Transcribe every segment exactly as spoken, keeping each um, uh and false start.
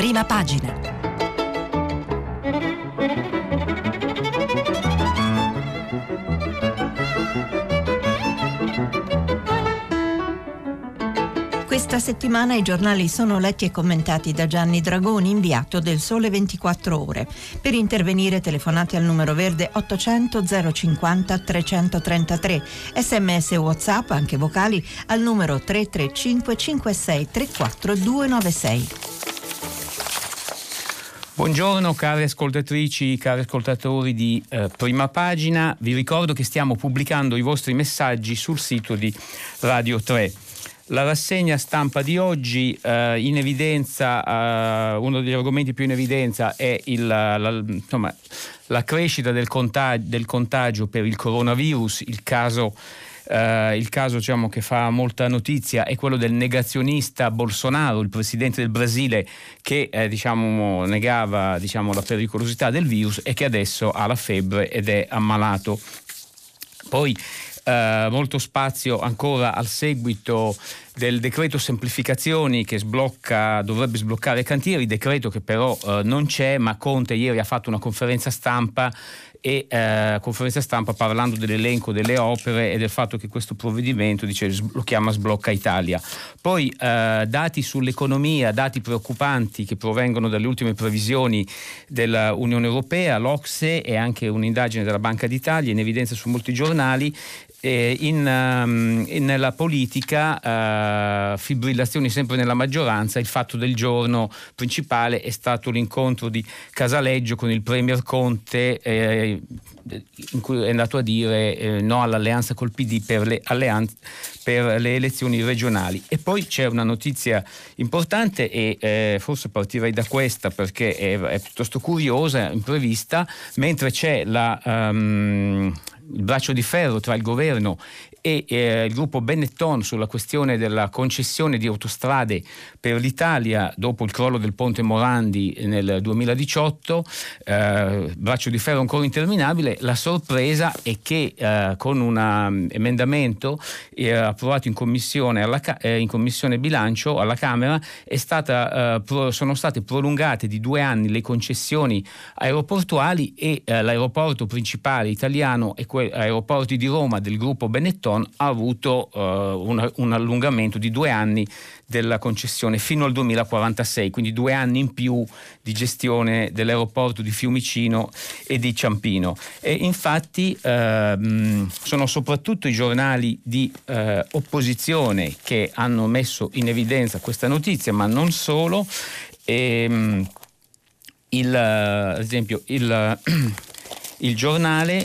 Prima pagina. Questa settimana i giornali sono letti e commentati da Gianni Dragoni, inviato del Sole ventiquattro Ore. Per intervenire telefonate al numero verde ottocento zero cinquanta trecentotrentatré, sms o WhatsApp, anche vocali, al numero tre tre cinque cinque sei tre quattro due nove sei. Buongiorno cari ascoltatrici, cari ascoltatori di eh, Prima Pagina. Vi ricordo che stiamo pubblicando i vostri messaggi sul sito di Radio tre. La rassegna stampa di oggi, eh, in evidenza, eh, uno degli argomenti più in evidenza è il, la, insomma, la crescita del contagio, del contagio per il coronavirus. Il caso, eh, il caso diciamo, che fa molta notizia è quello del negazionista Bolsonaro, il presidente del Brasile, che eh, diciamo, negava diciamo, la pericolosità del virus e che adesso ha la febbre ed è ammalato. Poi Uh, molto spazio ancora al seguito del decreto semplificazioni che sblocca, dovrebbe sbloccare i cantieri, decreto che però uh, non c'è, ma Conte ieri ha fatto una conferenza stampa e uh, conferenza stampa parlando dell'elenco delle opere e del fatto che questo provvedimento dice, lo chiama Sblocca Italia. Poi uh, dati sull'economia, dati preoccupanti che provengono dalle ultime previsioni dell'Unione Europea, l'Ocse e anche un'indagine della Banca d'Italia in evidenza su molti giornali. Eh, in, um, in, nella politica, uh, fibrillazioni sempre nella maggioranza. Il fatto del giorno principale è stato l'incontro di Casaleggio con il Premier Conte, eh, in cui è andato a dire eh, no all'alleanza col P D per le, alleanze, per le elezioni regionali. E poi c'è una notizia importante e eh, forse partirei da questa perché è, è piuttosto curiosa, imprevista, mentre c'è la um, il braccio di ferro tra il governo e eh, il gruppo Benetton sulla questione della concessione di autostrade per l'Italia dopo il crollo del ponte Morandi nel duemiladiciotto, eh, braccio di ferro ancora interminabile. La sorpresa è che eh, con un um, emendamento eh, approvato in commissione, alla, eh, in commissione bilancio alla Camera è stata, eh, pro, sono state prolungate di due anni le concessioni aeroportuali e eh, l'aeroporto principale italiano e que- aeroporti di Roma del gruppo Benetton ha avuto uh, un, un allungamento di due anni della concessione fino al duemilaquarantasei, quindi due anni in più di gestione dell'aeroporto di Fiumicino e di Ciampino. E infatti uh, sono soprattutto i giornali di uh, opposizione che hanno messo in evidenza questa notizia, ma non solo. E, um, il, uh, ad esempio il, uh, il giornale,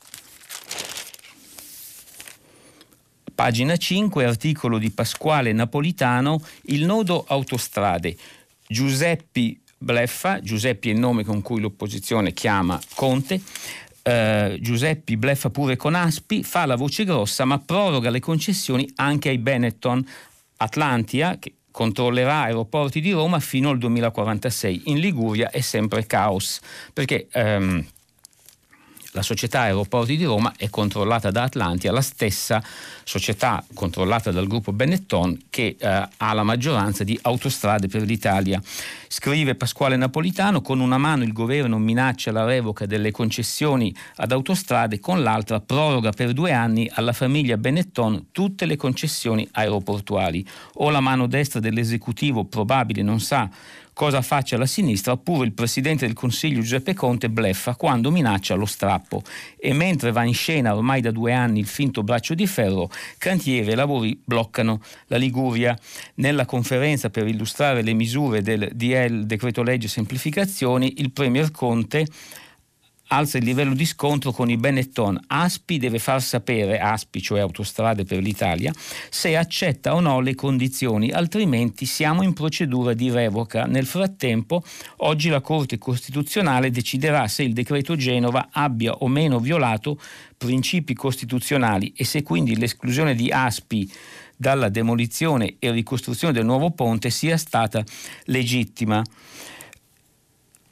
pagina cinque, articolo di Pasquale Napolitano, il nodo autostrade. Giuseppi bleffa, Giuseppi è il nome con cui l'opposizione chiama Conte, uh, Giuseppi bleffa pure con Aspi, fa la voce grossa ma proroga le concessioni anche ai Benetton. Atlantia, che controllerà aeroporti di Roma fino al duemilaquarantasei. In Liguria è sempre caos, perché um, la società Aeroporti di Roma è controllata da Atlantia, la stessa società controllata dal gruppo Benetton che eh, ha la maggioranza di Autostrade per l'Italia. Scrive Pasquale Napolitano: con una mano il governo minaccia la revoca delle concessioni ad Autostrade, con l'altra proroga per due anni alla famiglia Benetton tutte le concessioni aeroportuali. O la mano destra dell'esecutivo probabile non sa cosa faccia la sinistra, oppure il presidente del Consiglio Giuseppe Conte bleffa quando minaccia lo strappo. E mentre va in scena ormai da due anni il finto braccio di ferro, cantieri e lavori bloccano la Liguria. Nella conferenza per illustrare le misure del D L decreto legge semplificazioni, il Premier Conte alza il livello di scontro con i Benetton. Aspi deve far sapere, Aspi cioè Autostrade per l'Italia, se accetta o no le condizioni, altrimenti siamo in procedura di revoca. Nel frattempo oggi la Corte Costituzionale deciderà se il decreto Genova abbia o meno violato principi costituzionali e se quindi l'esclusione di Aspi dalla demolizione e ricostruzione del nuovo ponte sia stata legittima.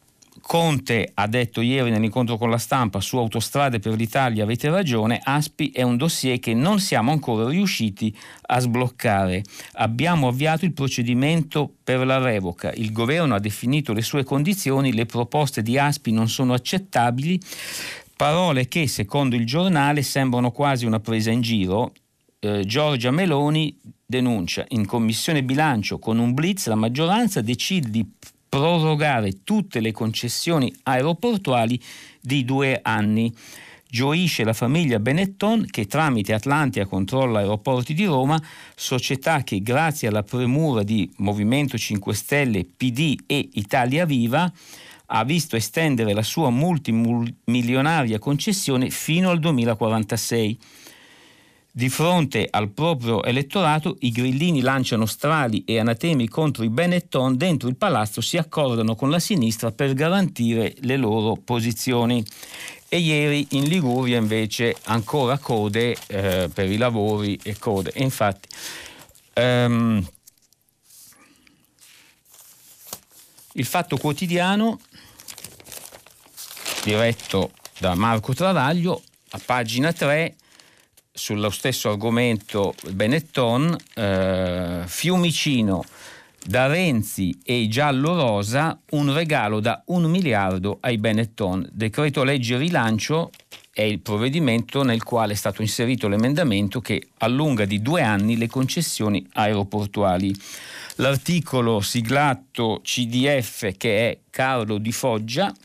Conte ha detto ieri nell'incontro con la stampa: su Autostrade per l'Italia avete ragione, A S P I è un dossier che non siamo ancora riusciti a sbloccare. Abbiamo avviato il procedimento per la revoca, il governo ha definito le sue condizioni, le proposte di A S P I non sono accettabili, parole che secondo il giornale sembrano quasi una presa in giro. Eh, Giorgia Meloni denuncia: in commissione bilancio con un blitz la maggioranza decide di prorogare tutte le concessioni aeroportuali di due anni. Gioisce la famiglia Benetton che tramite Atlantia controlla Aeroporti di Roma, società che grazie alla premura di Movimento cinque Stelle, P D e Italia Viva ha visto estendere la sua multimilionaria concessione fino al duemilaquarantasei. Di fronte al proprio elettorato, i grillini lanciano strali e anatemi contro i Benetton, dentro il palazzo si accordano con la sinistra per garantire le loro posizioni. E ieri in Liguria invece ancora code eh, per i lavori e code. E infatti ehm, il Fatto Quotidiano, diretto da Marco Travaglio, a pagina tre, sullo stesso argomento Benetton, eh, Fiumicino, da Renzi e i giallo-rosa un regalo da un miliardo ai Benetton. Decreto legge rilancio è il provvedimento nel quale è stato inserito l'emendamento che allunga di due anni le concessioni aeroportuali. L'articolo siglato C D F, che è Carlo Di Foggia,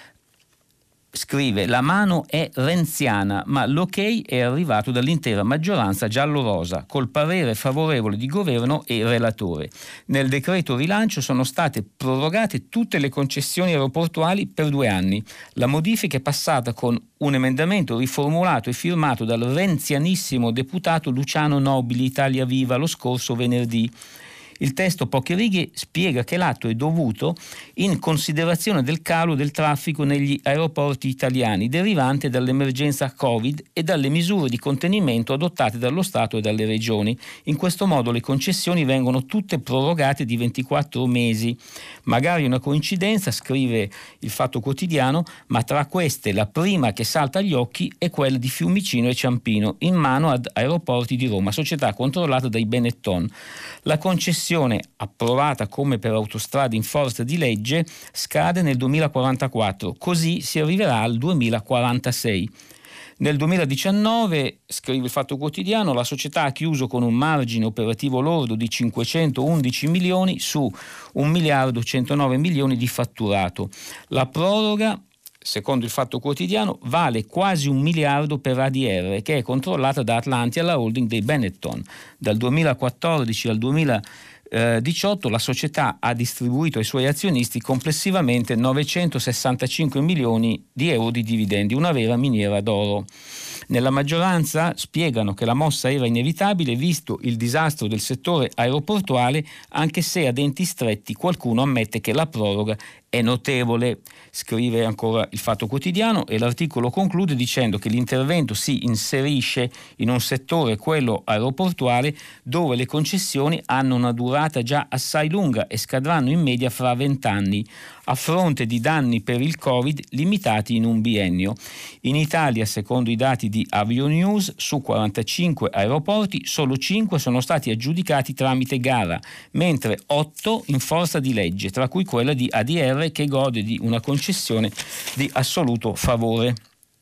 scrive: la mano è renziana, ma l'ok è arrivato dall'intera maggioranza giallo-rosa, col parere favorevole di governo e relatore. Nel decreto rilancio sono state prorogate tutte le concessioni aeroportuali per due anni. La modifica è passata con un emendamento riformulato e firmato dal renzianissimo deputato Luciano Nobili, Italia Viva, lo scorso venerdì. Il testo, poche righe, spiega che l'atto è dovuto in considerazione del calo del traffico negli aeroporti italiani derivante dall'emergenza Covid e dalle misure di contenimento adottate dallo Stato e dalle regioni. In questo modo le concessioni vengono tutte prorogate di ventiquattro mesi. Magari una coincidenza, scrive il Fatto Quotidiano, ma tra queste la prima che salta agli occhi è quella di Fiumicino e Ciampino, in mano ad Aeroporti di Roma, società controllata dai Benetton. La concessione, approvata come per Autostrade in forza di legge, scade nel duemilaquarantaquattro, così si arriverà al duemilaquarantasei. Nel duemiladiciannove, scrive il Fatto Quotidiano, la società ha chiuso con un margine operativo lordo di cinquecentoundici milioni su un miliardo centonove milioni di fatturato. La proroga, secondo il Fatto Quotidiano, vale quasi un miliardo per A D R, che è controllata da Atlantia, la holding dei Benetton. Dal duemilaquattordici al duemiladiciotto la società ha distribuito ai suoi azionisti complessivamente novecentosessantacinque milioni di euro di dividendi, una vera miniera d'oro. Nella maggioranza spiegano che la mossa era inevitabile visto il disastro del settore aeroportuale, anche se a denti stretti qualcuno ammette che la proroga è notevole. Scrive ancora il Fatto Quotidiano e l'articolo conclude dicendo che l'intervento si inserisce in un settore, quello aeroportuale, dove le concessioni hanno una durata già assai lunga e scadranno in media fra vent'anni, a fronte di danni per il Covid limitati in un biennio. In Italia, secondo i dati di Avionews, su quarantacinque aeroporti solo cinque sono stati aggiudicati tramite gara, mentre otto in forza di legge, tra cui quella di A D R, che gode di una concessione di assoluto favore.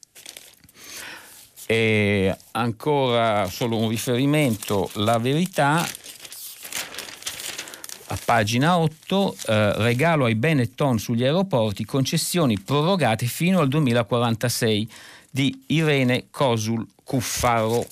E ancora solo un riferimento, La Verità, a pagina otto, eh, regalo ai Benetton sugli aeroporti, concessioni prorogate fino al duemilaquarantasei, di Irene Cosul Cuffaro.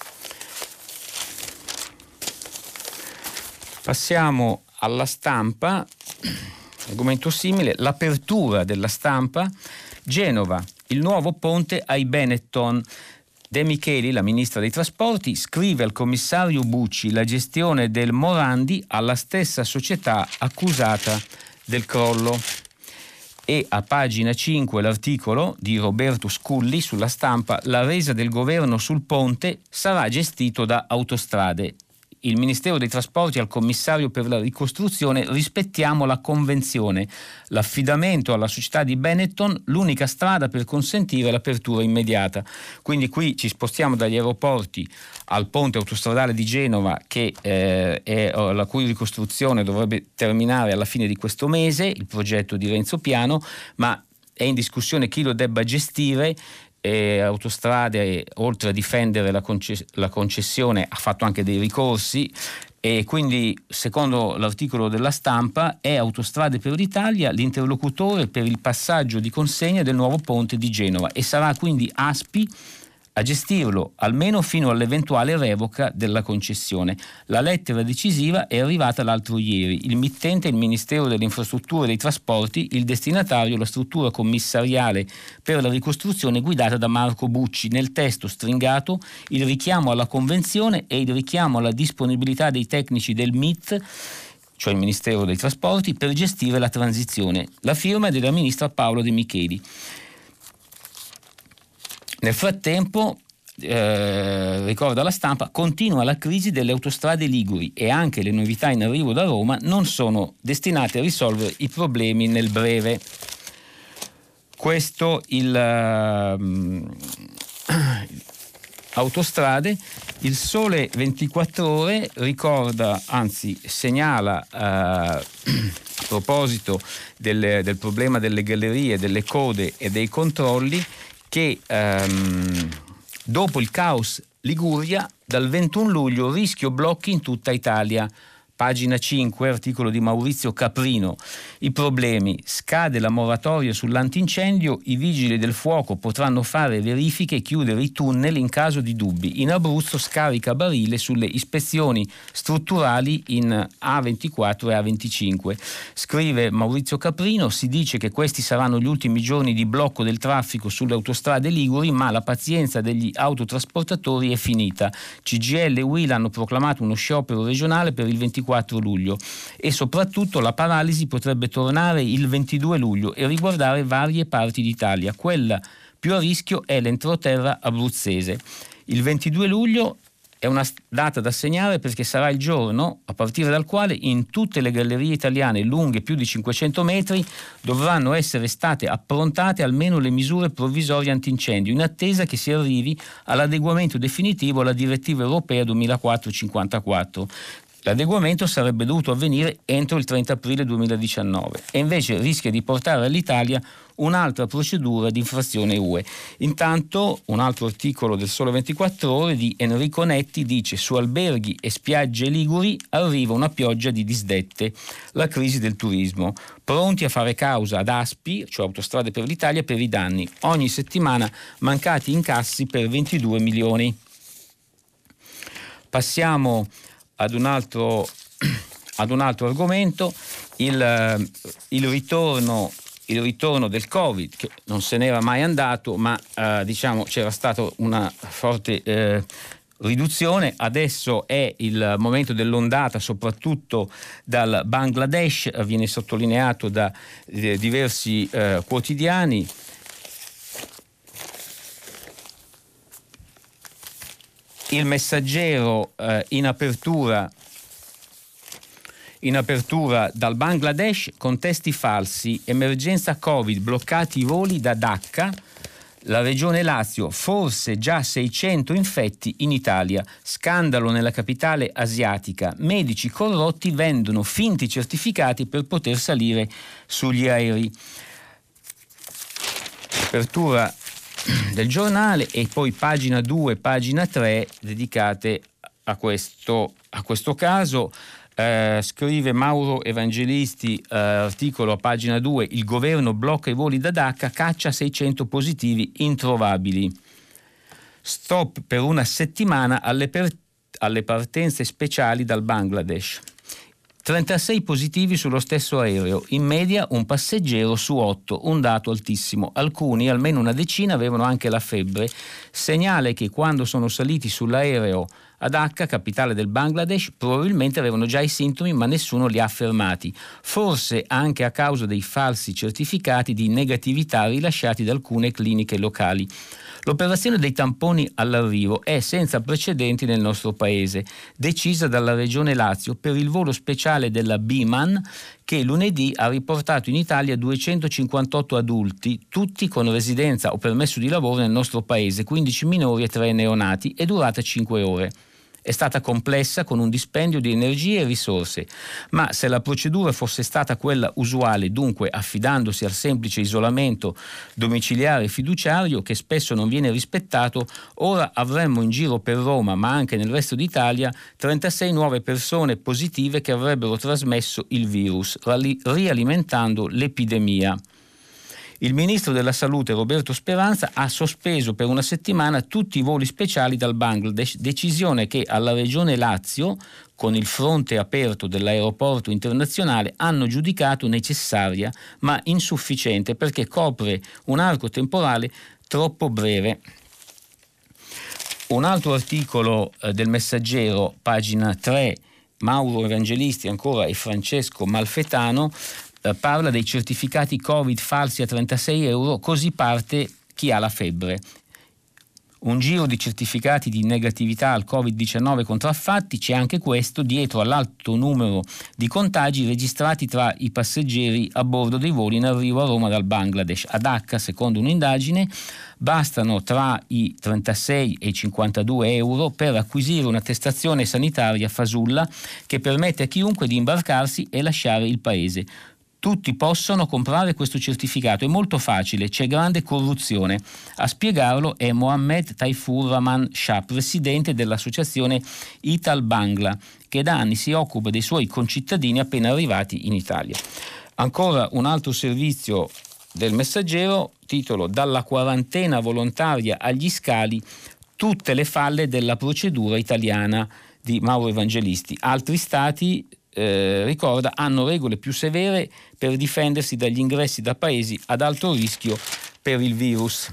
Passiamo alla Stampa, argomento simile, l'apertura della Stampa. Genova, il nuovo ponte ai Benetton. De Micheli, la ministra dei trasporti, scrive al commissario Bucci la gestione del Morandi alla stessa società accusata del crollo. E a pagina cinque l'articolo di Roberto Sculli sulla Stampa: la resa del governo sul ponte sarà gestito da Autostrade. il Ministero dei Trasporti al commissario per la ricostruzione: rispettiamo la convenzione, l'affidamento alla società di Benetton, l'unica strada per consentire l'apertura immediata. Quindi qui ci spostiamo dagli aeroporti al ponte autostradale di Genova, che eh, è, la cui ricostruzione dovrebbe terminare alla fine di questo mese, il progetto di Renzo Piano, ma è in discussione chi lo debba gestire. E Autostrade, oltre a difendere la, conces- la concessione, ha fatto anche dei ricorsi, e quindi, secondo l'articolo della Stampa, è Autostrade per l'Italia l'interlocutore per il passaggio di consegna del nuovo ponte di Genova, e sarà quindi A S P I a gestirlo almeno fino all'eventuale revoca della concessione. La lettera decisiva è arrivata l'altro ieri. Il mittente è il Ministero delle Infrastrutture e dei Trasporti, il destinatario la struttura commissariale per la ricostruzione guidata da Marco Bucci. Nel testo stringato il richiamo alla convenzione e il richiamo alla disponibilità dei tecnici del M I T, cioè il Ministero dei Trasporti, per gestire la transizione. La firma è della ministra Paola De Micheli. Nel frattempo, eh, ricorda la Stampa, continua la crisi delle autostrade liguri e anche le novità in arrivo da Roma non sono destinate a risolvere i problemi nel breve. Questo il uh, Autostrade. Il Sole ventiquattro Ore ricorda, anzi segnala, uh, a proposito del, del problema delle gallerie, delle code e dei controlli, che ehm, dopo il caos Liguria, dal ventuno luglio rischio blocchi in tutta Italia. Pagina cinque, articolo di Maurizio Caprino. I problemi: scade la moratoria sull'antincendio, i vigili del fuoco potranno fare verifiche e chiudere i tunnel in caso di dubbi. In Abruzzo scarica barile sulle ispezioni strutturali in A ventiquattro e A venticinque. Scrive Maurizio Caprino: si dice che questi saranno gli ultimi giorni di blocco del traffico sulle autostrade liguri, ma la pazienza degli autotrasportatori è finita. C G I L e U I L hanno proclamato uno sciopero regionale per il ventiquattro luglio, e soprattutto la paralisi potrebbe tornare il ventidue luglio e riguardare varie parti d'Italia. Quella più a rischio è l'entroterra abruzzese. Il ventidue luglio è una data da segnare perché sarà il giorno a partire dal quale in tutte le gallerie italiane lunghe più di cinquecento metri dovranno essere state approntate almeno le misure provvisorie antincendio, in attesa che si arrivi all'adeguamento definitivo alla direttiva europea duemilaquattro cinquantaquattro. L'adeguamento sarebbe dovuto avvenire entro il trenta aprile duemiladiciannove e invece rischia di portare all'Italia un'altra procedura di infrazione U E. Intanto un altro articolo del Sole ventiquattro Ore di Enrico Netti dice: su alberghi e spiagge liguri arriva una pioggia di disdette, la crisi del turismo, pronti a fare causa ad A S P I, cioè Autostrade per l'Italia, per i danni. Ogni settimana mancati incassi per ventidue milioni. Passiamo ad un altro, ad un altro argomento, il, il, ritorno, il ritorno del Covid, che non se n'era mai andato, ma eh, diciamo c'era stata una forte eh, riduzione. Adesso è il momento dell'ondata, soprattutto dal Bangladesh, viene sottolineato da eh, diversi eh, quotidiani. Il Messaggero eh, in apertura in apertura dal Bangladesh: contesti falsi, emergenza Covid, bloccati i voli da Dhaka. La regione Lazio: forse già seicento infetti in Italia, scandalo nella capitale asiatica, medici corrotti vendono finti certificati per poter salire sugli aerei. Apertura del giornale, e poi pagina due, pagina tre dedicate a questo, a questo caso. Eh, scrive Mauro Evangelisti, eh, articolo a pagina due: il governo blocca i voli da Dhaka, caccia seicento positivi introvabili. Stop per una settimana alle, per, alle partenze speciali dal Bangladesh. trentasei positivi sullo stesso aereo, in media un passeggero su otto, un dato altissimo. Alcuni, almeno una decina, avevano anche la febbre, segnale che quando sono saliti sull'aereo a Dhaka, capitale del Bangladesh, probabilmente avevano già i sintomi, ma nessuno li ha affermati, forse anche a causa dei falsi certificati di negatività rilasciati da alcune cliniche locali. L'operazione dei tamponi all'arrivo è senza precedenti nel nostro paese, decisa dalla Regione Lazio per il volo speciale della Biman, che lunedì ha riportato in Italia duecentocinquantotto adulti, tutti con residenza o permesso di lavoro nel nostro paese, quindici minori e tre neonati, e durata cinque ore. È stata complessa, con un dispendio di energie e risorse, ma se la procedura fosse stata quella usuale, dunque affidandosi al semplice isolamento domiciliare e fiduciario, che spesso non viene rispettato, ora avremmo in giro per Roma, ma anche nel resto d'Italia, trentasei nuove persone positive che avrebbero trasmesso il virus, rialimentando l'epidemia. Il ministro della Salute Roberto Speranza ha sospeso per una settimana tutti i voli speciali dal Bangladesh, decisione che alla Regione Lazio, con il fronte aperto dell'aeroporto internazionale, hanno giudicato necessaria ma insufficiente, perché copre un arco temporale troppo breve. Un altro articolo eh, del Messaggero, pagina tre, Mauro Evangelisti ancora e Francesco Malfetano, parla dei certificati Covid falsi a trentasei euro, così parte chi ha la febbre. Un giro di certificati di negatività al covid diciannove contraffatti, c'è anche questo, dietro all'alto numero di contagi registrati tra i passeggeri a bordo dei voli in arrivo a Roma dal Bangladesh. A Dhaka, secondo un'indagine, bastano tra i trentasei e i cinquantadue euro per acquisire un'attestazione sanitaria fasulla che permette a chiunque di imbarcarsi e lasciare il paese. Tutti possono comprare questo certificato, è molto facile, c'è grande corruzione. A spiegarlo è Mohammed Taifur Rahman Shah, presidente dell'associazione Ital Bangla, che da anni si occupa dei suoi concittadini appena arrivati in Italia. Ancora un altro servizio del Messaggero, titolo Dalla quarantena volontaria agli scali, tutte le falle della procedura italiana, di Mauro Evangelisti. Altri stati, Eh, ricorda, hanno regole più severe per difendersi dagli ingressi da paesi ad alto rischio per il virus.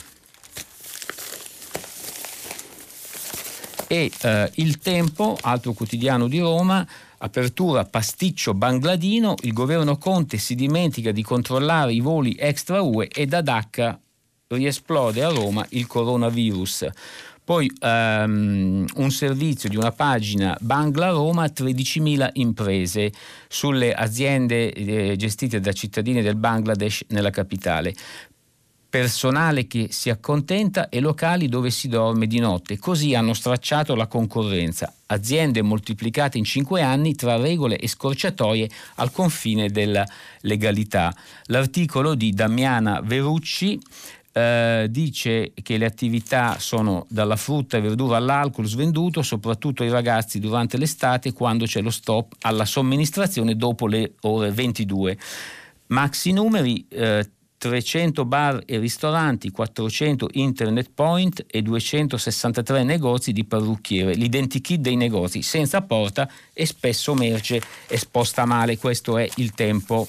E eh, Il Tempo, altro quotidiano di Roma, apertura pasticcio bangladino, il governo Conte si dimentica di controllare i voli extra U E e da Dhaka riesplode a Roma il coronavirus. Poi um, un servizio di una pagina Bangla Roma, tredicimila imprese sulle aziende eh, gestite da cittadini del Bangladesh nella capitale. Personale che si accontenta e locali dove si dorme di notte. Così hanno stracciato la concorrenza. Aziende moltiplicate in cinque anni tra regole e scorciatoie al confine della legalità. L'articolo di Damiana Verucci Uh, dice che le attività sono dalla frutta e verdura all'alcol svenduto, soprattutto ai ragazzi durante l'estate, quando c'è lo stop alla somministrazione dopo le ore ventidue. Maxi numeri, uh, trecento bar e ristoranti, quattrocento internet point e duecentosessantatré negozi di parrucchiere, l'identikit dei negozi, senza porta e spesso merce esposta male. Questo è Il Tempo.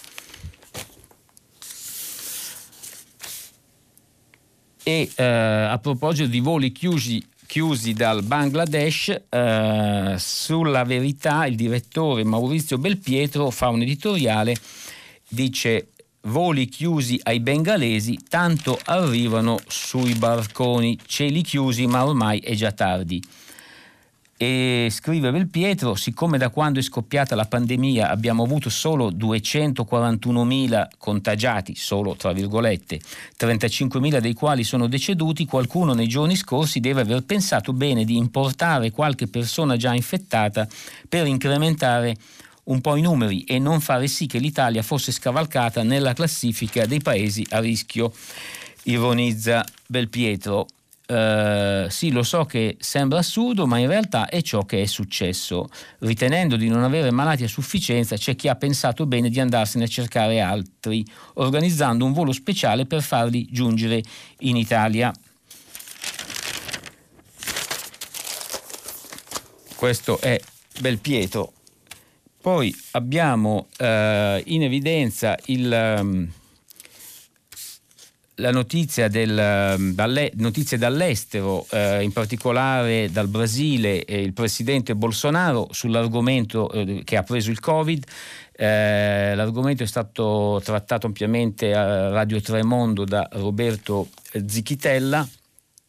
E eh, a proposito di voli chiusi, chiusi dal Bangladesh, eh, sulla Verità il direttore Maurizio Belpietro fa un editoriale, dice: voli chiusi ai bengalesi, tanto arrivano sui barconi, cieli chiusi ma ormai è già tardi. E scrive Belpietro: siccome da quando è scoppiata la pandemia abbiamo avuto solo duecentoquarantunomila contagiati, solo tra virgolette, trentacinquemila dei quali sono deceduti, qualcuno nei giorni scorsi deve aver pensato bene di importare qualche persona già infettata per incrementare un po' i numeri e non fare sì che l'Italia fosse scavalcata nella classifica dei paesi a rischio, ironizza Belpietro. Uh, sì, lo so che sembra assurdo, ma in realtà è ciò che è successo. Ritenendo di non avere malati a sufficienza, c'è chi ha pensato bene di andarsene a cercare altri, organizzando un volo speciale per farli giungere in Italia. Questo è Belpietro. Poi abbiamo uh, in evidenza il... Um, la notizia del, dalle, notizie dall'estero, eh, in particolare dal Brasile, e il presidente Bolsonaro sull'argomento eh, che ha preso il Covid. Eh, l'argomento è stato trattato ampiamente a Radio Tremondo da Roberto Zichitella.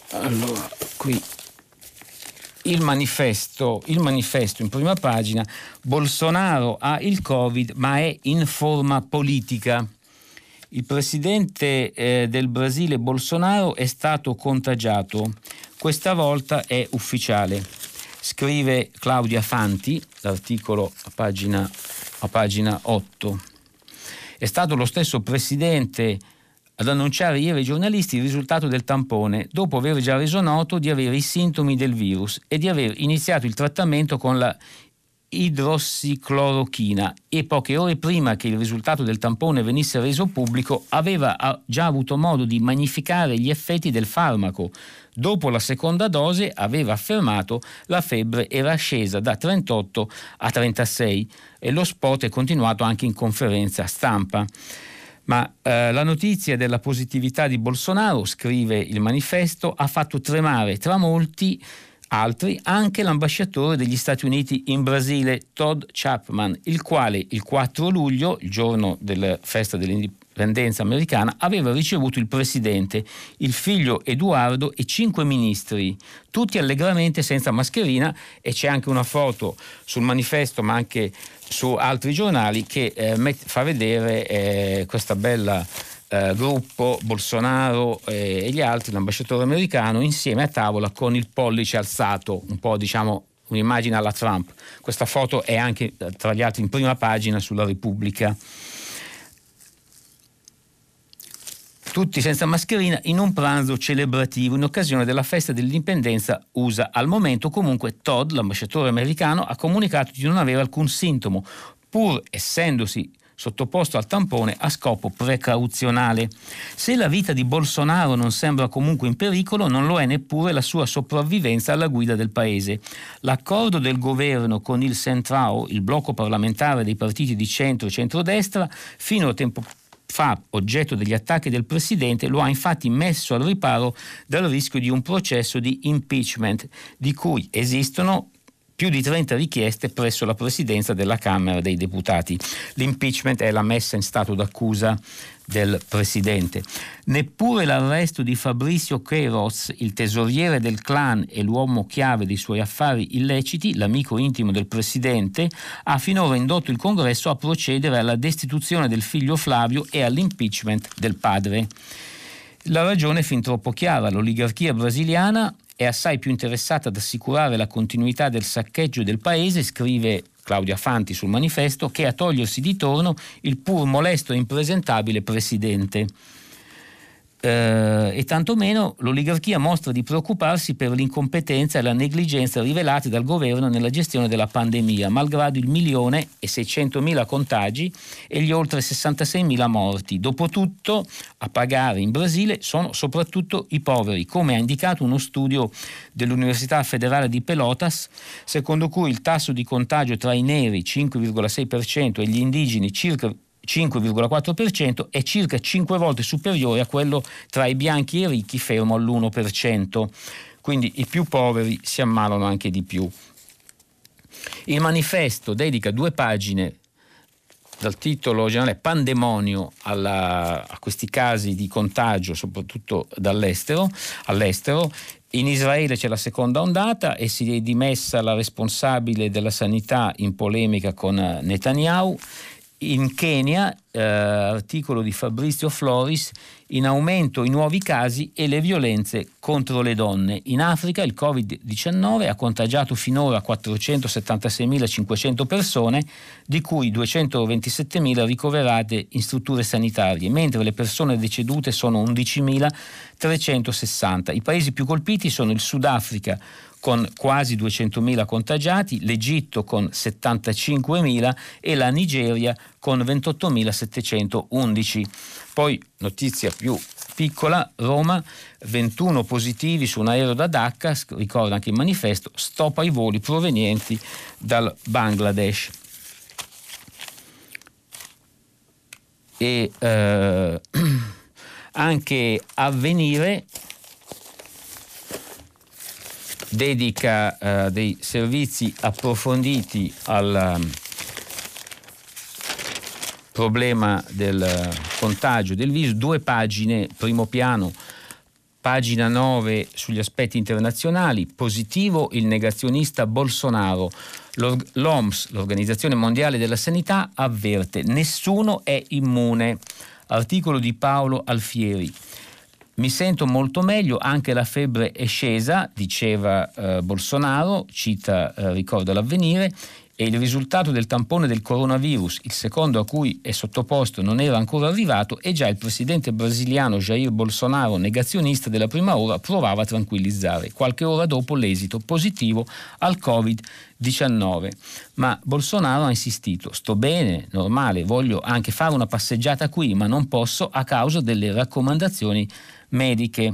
allora qui il manifesto, il manifesto in prima pagina: Bolsonaro ha il Covid ma è in forma politica. Il presidente eh, del Brasile Bolsonaro è stato contagiato, questa volta è ufficiale. Scrive Claudia Fanti, l'articolo a pagina, a pagina otto. È stato lo stesso presidente ad annunciare ieri ai giornalisti il risultato del tampone, dopo aver già reso noto di avere i sintomi del virus e di aver iniziato il trattamento con la idrossiclorochina, e poche ore prima che il risultato del tampone venisse reso pubblico aveva già avuto modo di magnificare gli effetti del farmaco. Dopo la seconda dose, aveva affermato, la febbre era scesa da trentotto a trentasei, e lo spot è continuato anche in conferenza stampa. Ma eh, la notizia della positività di Bolsonaro, scrive il manifesto, ha fatto tremare tra molti altri anche l'ambasciatore degli Stati Uniti in Brasile, Todd Chapman, il quale il quattro luglio, il giorno della festa dell'indipendenza americana, aveva ricevuto il presidente, il figlio Eduardo e cinque ministri, tutti allegramente senza mascherina, e c'è anche una foto sul manifesto ma anche su altri giornali che eh, met- fa vedere eh, questa bella eh, gruppo, Bolsonaro eh, e gli altri, l'ambasciatore americano, insieme a tavola con il pollice alzato, un po' diciamo un'immagine alla Trump. Questa foto è anche tra gli altri in prima pagina sulla Repubblica. Tutti senza mascherina in un pranzo celebrativo in occasione della festa dell'indipendenza U S A. Al momento comunque Todd, l'ambasciatore americano, ha comunicato di non avere alcun sintomo, pur essendosi sottoposto al tampone a scopo precauzionale. Se la vita di Bolsonaro non sembra comunque in pericolo, non lo è neppure la sua sopravvivenza alla guida del paese. L'accordo del governo con il Centrão, il blocco parlamentare dei partiti di centro e centrodestra, fino a tempo fa oggetto degli attacchi del presidente, lo ha infatti messo al riparo dal rischio di un processo di impeachment, di cui esistono più di trenta richieste presso la presidenza della Camera dei Deputati. L'impeachment è la messa in stato d'accusa del presidente. Neppure l'arresto di Fabrizio Queiroz, il tesoriere del clan e l'uomo chiave dei suoi affari illeciti, l'amico intimo del presidente, ha finora indotto il Congresso a procedere alla destituzione del figlio Flavio e all'impeachment del padre. La ragione è fin troppo chiara: l'oligarchia brasiliana è assai più interessata ad assicurare la continuità del saccheggio del paese, scrive Claudia Fanti sul manifesto, che a togliersi di torno il pur molesto e impresentabile presidente. Eh, e tantomeno l'oligarchia mostra di preoccuparsi per l'incompetenza e la negligenza rivelate dal governo nella gestione della pandemia, malgrado il milione e seicentomila contagi e gli oltre sessantaseimila morti. Dopotutto, a pagare in Brasile sono soprattutto i poveri, come ha indicato uno studio dell'Università Federale di Pelotas, secondo cui il tasso di contagio tra i neri cinque virgola sei per cento e gli indigeni circa cinque virgola quattro per cento è circa cinque volte superiore a quello tra i bianchi e i ricchi, fermo all'uno per cento. Quindi i più poveri si ammalano anche di più. Il manifesto dedica due pagine dal titolo generale Pandemonio alla, a questi casi di contagio, soprattutto dall'estero, all'estero. In Israele c'è la seconda ondata e si è dimessa la responsabile della sanità in polemica con Netanyahu. In Kenya, eh, articolo di Fabrizio Floris, in aumento i nuovi casi e le violenze contro le donne. In Africa il covid diciannove ha contagiato finora quattrocentosettantaseimilacinquecento persone, di cui duecentoventisettemila ricoverate in strutture sanitarie, mentre le persone decedute sono undicimilatrecentosessanta. I paesi più colpiti sono il Sudafrica, con quasi duecentomila contagiati, l'Egitto con settantacinquemila e la Nigeria con ventottomilasettecentoundici. Poi, notizia più piccola, Roma, ventuno positivi su un aereo da Dhaka, ricorda anche il manifesto, stop ai voli provenienti dal Bangladesh. E eh, anche Avvenire dedica uh, dei servizi approfonditi al um, problema del uh, contagio del virus, due pagine, primo piano, Pagina nove sugli aspetti internazionali, positivo il negazionista Bolsonaro. L'O M S, l'Organizzazione Mondiale della Sanità, avverte: nessuno è immune. Articolo di Paolo Alfieri. Mi sento molto meglio, anche la febbre è scesa, diceva eh, Bolsonaro, cita eh, ricorda l'Avvenire, e il risultato del tampone del coronavirus, il secondo a cui è sottoposto, non era ancora arrivato e già il presidente brasiliano Jair Bolsonaro, negazionista della prima ora, provava a tranquillizzare. Qualche ora dopo l'esito positivo al covid diciannove. Ma Bolsonaro ha insistito: sto bene, normale, voglio anche fare una passeggiata qui, ma non posso a causa delle raccomandazioni mediche.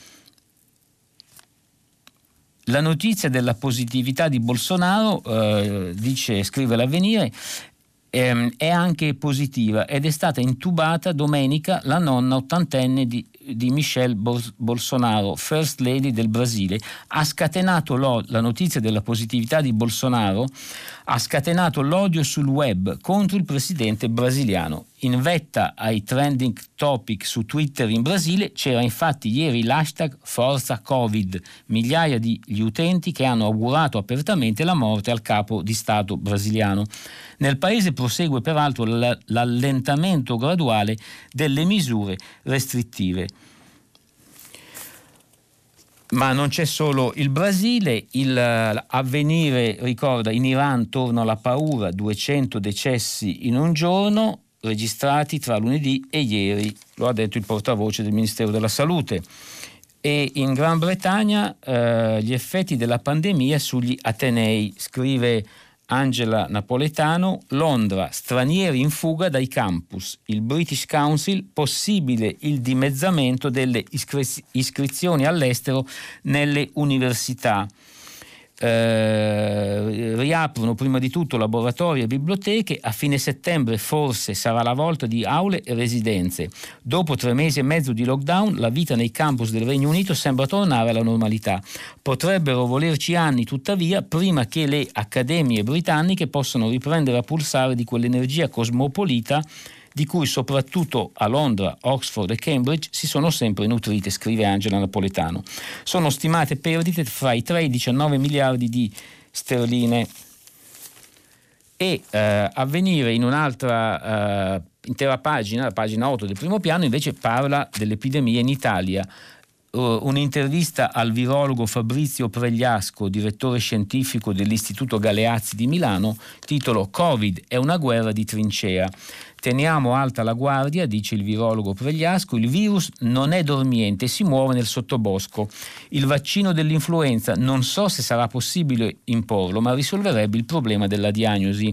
La notizia della positività di Bolsonaro, eh, dice, scrive l'Avvenire, ehm, è anche positiva ed è stata intubata domenica la nonna ottantenne di, di Michelle Bol- Bolsonaro, First Lady del Brasile. Ha scatenato lo, la notizia della positività di Bolsonaro, ha scatenato l'odio sul web contro il presidente brasiliano. In vetta ai trending topic su Twitter in Brasile c'era infatti ieri l'hashtag Forza Covid, migliaia di gli utenti che hanno augurato apertamente la morte al capo di Stato brasiliano. Nel paese prosegue peraltro l- l'allentamento graduale delle misure restrittive. Ma non c'è solo il Brasile, il Avvenire ricorda: in Iran torna la paura, duecento decessi in un giorno registrati tra lunedì e ieri, lo ha detto il portavoce del Ministero della Salute. E in Gran Bretagna eh, gli effetti della pandemia sugli atenei, scrive Angela Napoletano. Londra, stranieri in fuga dai campus. Il British Council, possibile il dimezzamento delle iscri- iscrizioni all'estero nelle università. Eh, riaprono prima di tutto laboratori e biblioteche. A fine settembre forse sarà la volta di aule e residenze. Dopo tre mesi e mezzo di lockdown, la vita nei campus del Regno Unito sembra tornare alla normalità. Potrebbero volerci anni, tuttavia, prima che le accademie britanniche possano riprendere a pulsare di quell'energia cosmopolita di cui soprattutto a Londra, Oxford e Cambridge si sono sempre nutrite, scrive Angela Napoletano. Sono stimate perdite fra i tre e i diciannove miliardi di sterline. E eh, Avvenire, in un'altra eh, intera pagina, la pagina otto del primo piano, invece parla dell'epidemia in Italia. Uh, un'intervista al virologo Fabrizio Pregliasco, direttore scientifico dell'Istituto Galeazzi di Milano, titolo Covid è una guerra di trincea. Teniamo alta la guardia, dice il virologo Pregliasco, il virus non è dormiente, si muove nel sottobosco. Il vaccino dell'influenza non so se sarà possibile imporlo, ma risolverebbe il problema della diagnosi.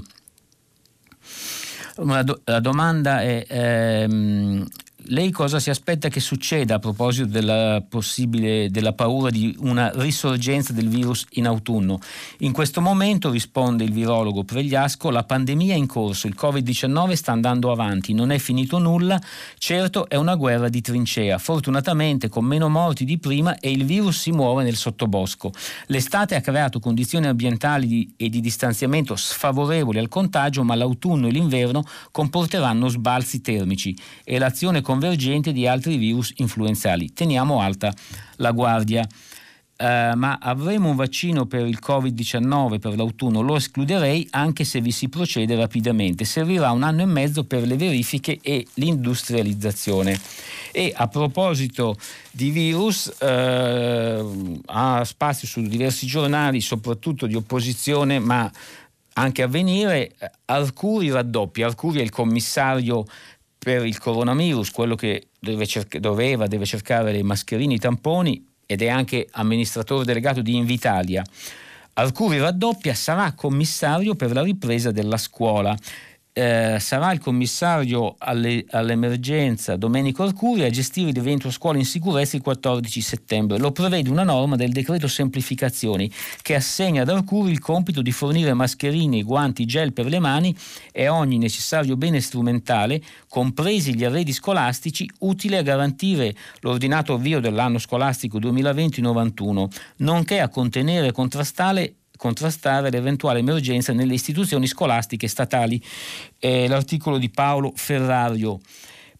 Una do- la domanda è ehm, lei cosa si aspetta che succeda a proposito della possibile della paura di una risorgenza del virus in autunno? In questo momento, risponde il virologo Pregliasco, la pandemia è in corso, il covid diciannove sta andando avanti, non è finito nulla, certo è una guerra di trincea, fortunatamente con meno morti di prima e il virus si muove nel sottobosco. L'estate ha creato condizioni ambientali di, e di distanziamento sfavorevoli al contagio, ma l'autunno e l'inverno comporteranno sbalzi termici e l'azione convergente di altri virus influenzali. Teniamo alta la guardia. Uh, ma avremo un vaccino per il covid diciannove per l'autunno? Lo escluderei, anche se vi si procede rapidamente. Servirà un anno e mezzo per le verifiche e l'industrializzazione. E a proposito di virus, uh, ha spazio su diversi giornali, soprattutto di opposizione, ma anche Avvenire. Arcuri raddoppia. Arcuri è il commissario per il coronavirus, quello che deve cerca- doveva, deve cercare le mascherine, i tamponi, ed è anche amministratore delegato di Invitalia. Arcuri raddoppia, sarà commissario per la ripresa della scuola. Eh, sarà il commissario alle, all'emergenza Domenico Arcuri a gestire l'evento scuola in sicurezza il quattordici settembre. Lo prevede una norma del decreto semplificazioni che assegna ad Arcuri il compito di fornire mascherine, guanti, gel per le mani e ogni necessario bene strumentale, compresi gli arredi scolastici, utile a garantire l'ordinato avvio dell'anno scolastico duemilaventi novantuno, nonché a contenere e contrastare contrastare l'eventuale emergenza nelle istituzioni scolastiche statali. Eh, l'articolo di Paolo Ferrario.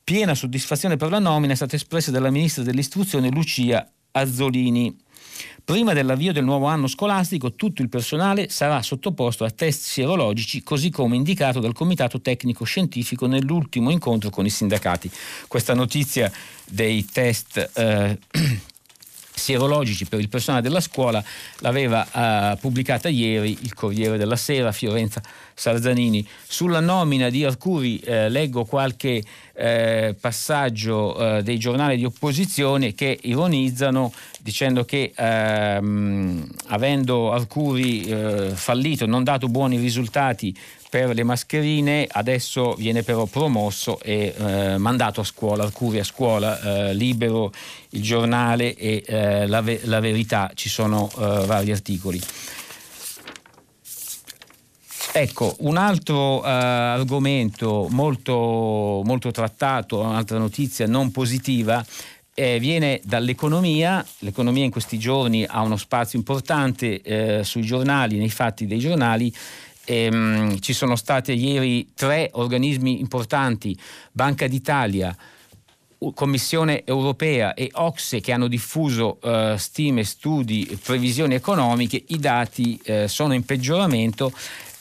Piena soddisfazione per la nomina è stata espressa dalla ministra dell'istruzione Lucia Azzolini. Prima dell'avvio del nuovo anno scolastico tutto il personale sarà sottoposto a test sierologici, così come indicato dal Comitato Tecnico Scientifico nell'ultimo incontro con i sindacati. Questa notizia dei test eh, sierologici per il personale della scuola l'aveva eh, pubblicata ieri il Corriere della Sera, Fiorenza Sarzanini. Sulla nomina di Arcuri eh, leggo qualche eh, passaggio eh, dei giornali di opposizione che ironizzano dicendo che ehm, avendo Arcuri eh, fallito, non dato buoni risultati per le mascherine, adesso viene però promosso e eh, mandato a scuola, Arcuri a scuola, eh, Libero, il giornale e eh, la, ve- la Verità, ci sono eh, vari articoli. Ecco, un altro uh, argomento molto, molto trattato, un'altra notizia non positiva, eh, viene dall'economia. L'economia in questi giorni ha uno spazio importante eh, sui giornali, nei fatti dei giornali. Ehm, ci sono state ieri tre organismi importanti, Banca d'Italia, Commissione europea e Ocse, che hanno diffuso eh, stime, studi, previsioni economiche. I dati eh, sono in peggioramento.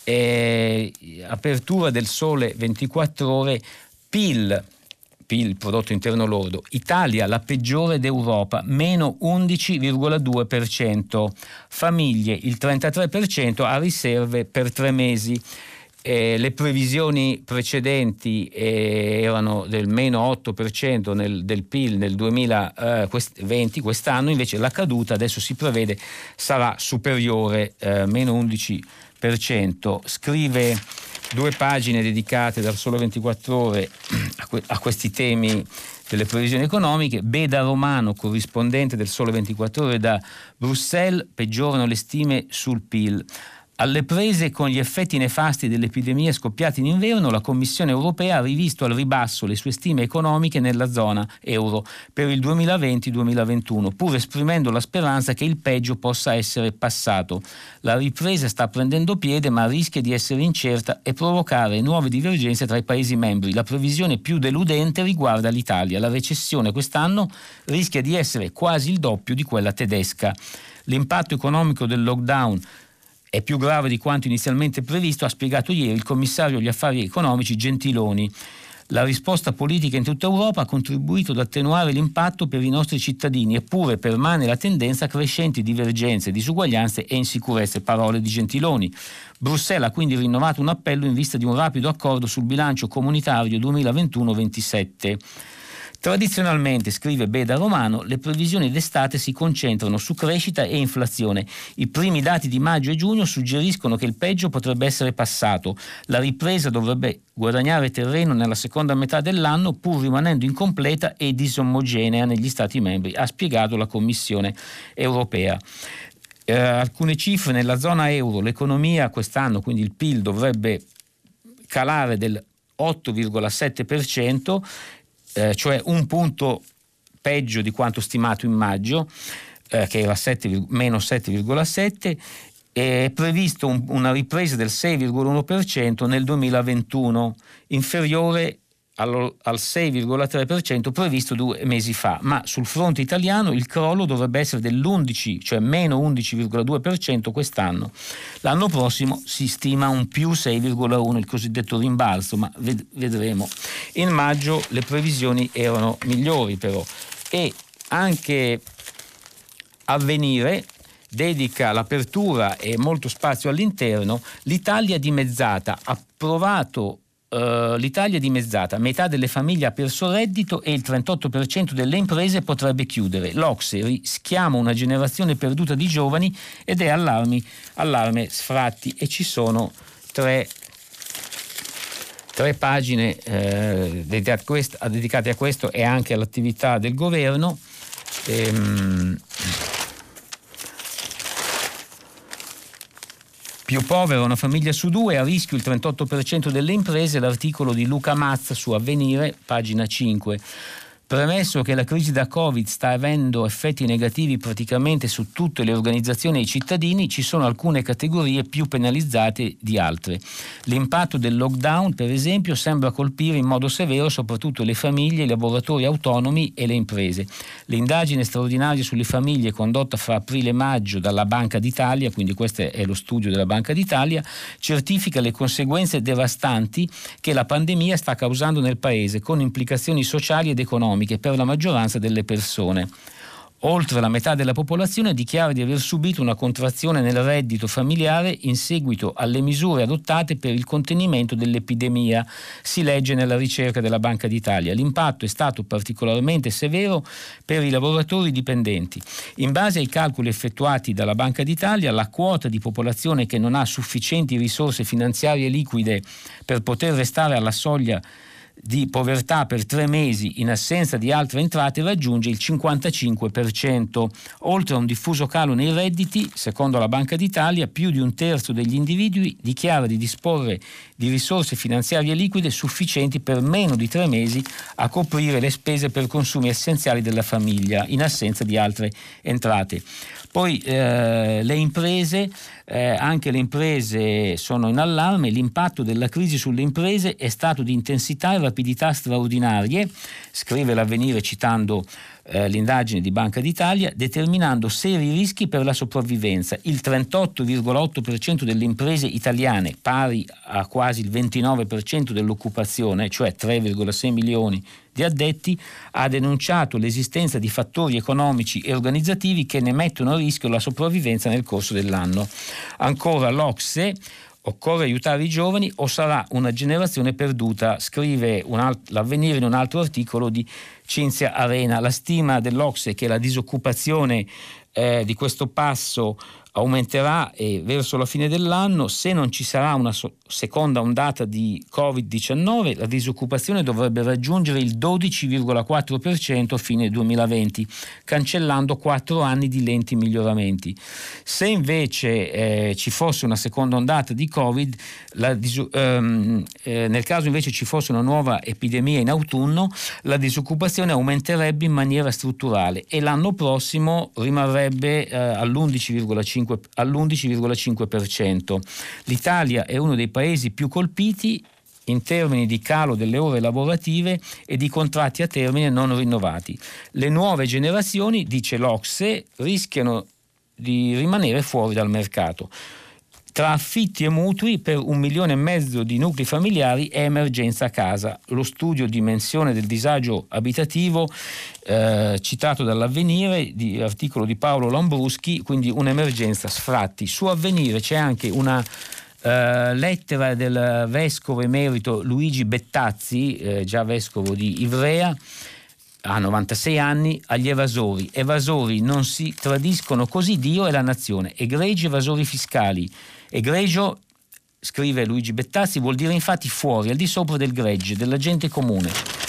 Eh, apertura del Sole ventiquattro Ore, P I L, P I L, prodotto interno lordo, Italia la peggiore d'Europa, meno undici virgola due per cento, famiglie il trentatré per cento, a riserve per tre mesi. Eh, le previsioni precedenti eh, erano del meno otto per cento nel, del P I L nel duemilaventi, quest'anno invece la caduta adesso si prevede sarà superiore, eh, meno undici per cento. Scrive due pagine dedicate dal Sole ventiquattro Ore a, que- a questi temi delle previsioni economiche. Beda Romano, corrispondente del Sole ventiquattro Ore da Bruxelles, peggiorano le stime sul P I L. Alle prese con gli effetti nefasti dell'epidemia scoppiata in inverno, la Commissione europea ha rivisto al ribasso le sue stime economiche nella zona euro per il duemilaventi duemilaventuno, pur esprimendo la speranza che il peggio possa essere passato. La ripresa sta prendendo piede, ma rischia di essere incerta e provocare nuove divergenze tra i Paesi membri. La previsione più deludente riguarda l'Italia. La recessione quest'anno rischia di essere quasi il doppio di quella tedesca. L'impatto economico del lockdown è più grave di quanto inizialmente previsto, ha spiegato ieri il commissario agli affari economici Gentiloni. La risposta politica in tutta Europa ha contribuito ad attenuare l'impatto per i nostri cittadini, eppure permane la tendenza a crescenti divergenze, disuguaglianze e insicurezze. Parole di Gentiloni. Bruxelles ha quindi rinnovato un appello in vista di un rapido accordo sul bilancio comunitario duemilaventuno ventisette. Tradizionalmente, scrive Beda Romano, le previsioni d'estate si concentrano su crescita e inflazione. I primi dati di maggio e giugno suggeriscono che il peggio potrebbe essere passato. La ripresa dovrebbe guadagnare terreno nella seconda metà dell'anno, pur rimanendo incompleta e disomogenea negli Stati membri, ha spiegato la Commissione europea. Eh, alcune cifre nella zona euro: l'economia quest'anno, quindi il P I L, dovrebbe calare del otto virgola sette per cento, Eh, cioè un punto peggio di quanto stimato in maggio, eh, che era sette, meno sette virgola sette. È previsto un, una ripresa del sei virgola uno per cento nel duemilaventuno, inferiore al, al sei virgola tre per cento previsto due mesi fa, ma sul fronte italiano il crollo dovrebbe essere dell'undici, cioè meno undici virgola due per cento quest'anno. L'anno prossimo si stima un più sei virgola uno, il cosiddetto rimbalzo, ma ved- vedremo. In maggio le previsioni erano migliori però, e anche Avvenire dedica l'apertura e molto spazio all'interno. L'Italia dimezzata, approvato Uh, l'Italia dimezzata, metà delle famiglie ha perso reddito e il trentotto per cento delle imprese potrebbe chiudere. L'Ocse rischiamo una generazione perduta di giovani ed è allarmi, allarme sfratti, e ci sono tre, tre pagine eh, dedicate a questo e anche all'attività del governo. Ehm, Più povera una famiglia su due, a rischio il trentotto per cento delle imprese, l'articolo di Luca Mazza su Avvenire, pagina cinque. Premesso che la crisi da Covid sta avendo effetti negativi praticamente su tutte le organizzazioni e i cittadini, ci sono alcune categorie più penalizzate di altre. L'impatto del lockdown, per esempio, sembra colpire in modo severo soprattutto le famiglie, i lavoratori autonomi e le imprese. L'indagine straordinaria sulle famiglie condotta fra aprile e maggio dalla Banca d'Italia, quindi questo è lo studio della Banca d'Italia, certifica le conseguenze devastanti che la pandemia sta causando nel Paese, con implicazioni sociali ed economiche per la maggioranza delle persone. Oltre la metà della popolazione dichiara di aver subito una contrazione nel reddito familiare in seguito alle misure adottate per il contenimento dell'epidemia, si legge nella ricerca della Banca d'Italia. L'impatto è stato particolarmente severo per i lavoratori dipendenti. In base ai calcoli effettuati dalla Banca d'Italia, la quota di popolazione che non ha sufficienti risorse finanziarie liquide per poter restare alla soglia di povertà per tre mesi in assenza di altre entrate raggiunge il cinquantacinque per cento. Oltre a un diffuso calo nei redditi, secondo la Banca d'Italia, più di un terzo degli individui dichiara di disporre di risorse finanziarie liquide sufficienti per meno di tre mesi a coprire le spese per consumi essenziali della famiglia in assenza di altre entrate. Poi eh, le imprese, eh, anche le imprese sono in allarme. L'impatto della crisi sulle imprese è stato di intensità e rapidità straordinarie, scrive l'Avvenire citando eh, l'indagine di Banca d'Italia, determinando seri rischi per la sopravvivenza. Il trentotto virgola otto per cento delle imprese italiane, pari a quasi il ventinove per cento dell'occupazione, cioè tre virgola sei milioni di addetti, ha denunciato l'esistenza di fattori economici e organizzativi che ne mettono a rischio la sopravvivenza nel corso dell'anno. Ancora l'Ocse: occorre aiutare i giovani o sarà una generazione perduta, scrive un alt- l'Avvenire in un altro articolo di Cinzia Arena. La stima dell'Ocse è che la disoccupazione eh, di questo passo aumenterà e verso la fine dell'anno, se non ci sarà una so- seconda ondata di covid diciannove, la disoccupazione dovrebbe raggiungere il dodici virgola quattro per cento a fine duemilaventi, cancellando quattro anni di lenti miglioramenti. Se invece eh, ci fosse una seconda ondata di Covid, la disu- ehm, eh, nel caso invece ci fosse una nuova epidemia in autunno, la disoccupazione aumenterebbe in maniera strutturale e l'anno prossimo rimarrebbe eh, all'undici virgola cinque all'undici virgola cinque per cento. L'Italia è uno dei paesi più colpiti in termini di calo delle ore lavorative e di contratti a termine non rinnovati. Le nuove generazioni, dice l'Ocse, rischiano di rimanere fuori dal mercato. Tra affitti e mutui per un milione e mezzo di nuclei familiari è emergenza casa. Lo studio Dimensione del disagio abitativo eh, citato dall'Avvenire, di articolo di Paolo Lambruschi, quindi un'emergenza sfratti. Su Avvenire c'è anche una Uh, lettera del vescovo emerito Luigi Bettazzi, eh, già vescovo di Ivrea, a novantasei anni, agli evasori. Evasori, non si tradiscono così Dio e la nazione. Egregi evasori fiscali. Egregio, scrive Luigi Bettazzi, vuol dire infatti fuori, al di sopra del gregge, della gente comune.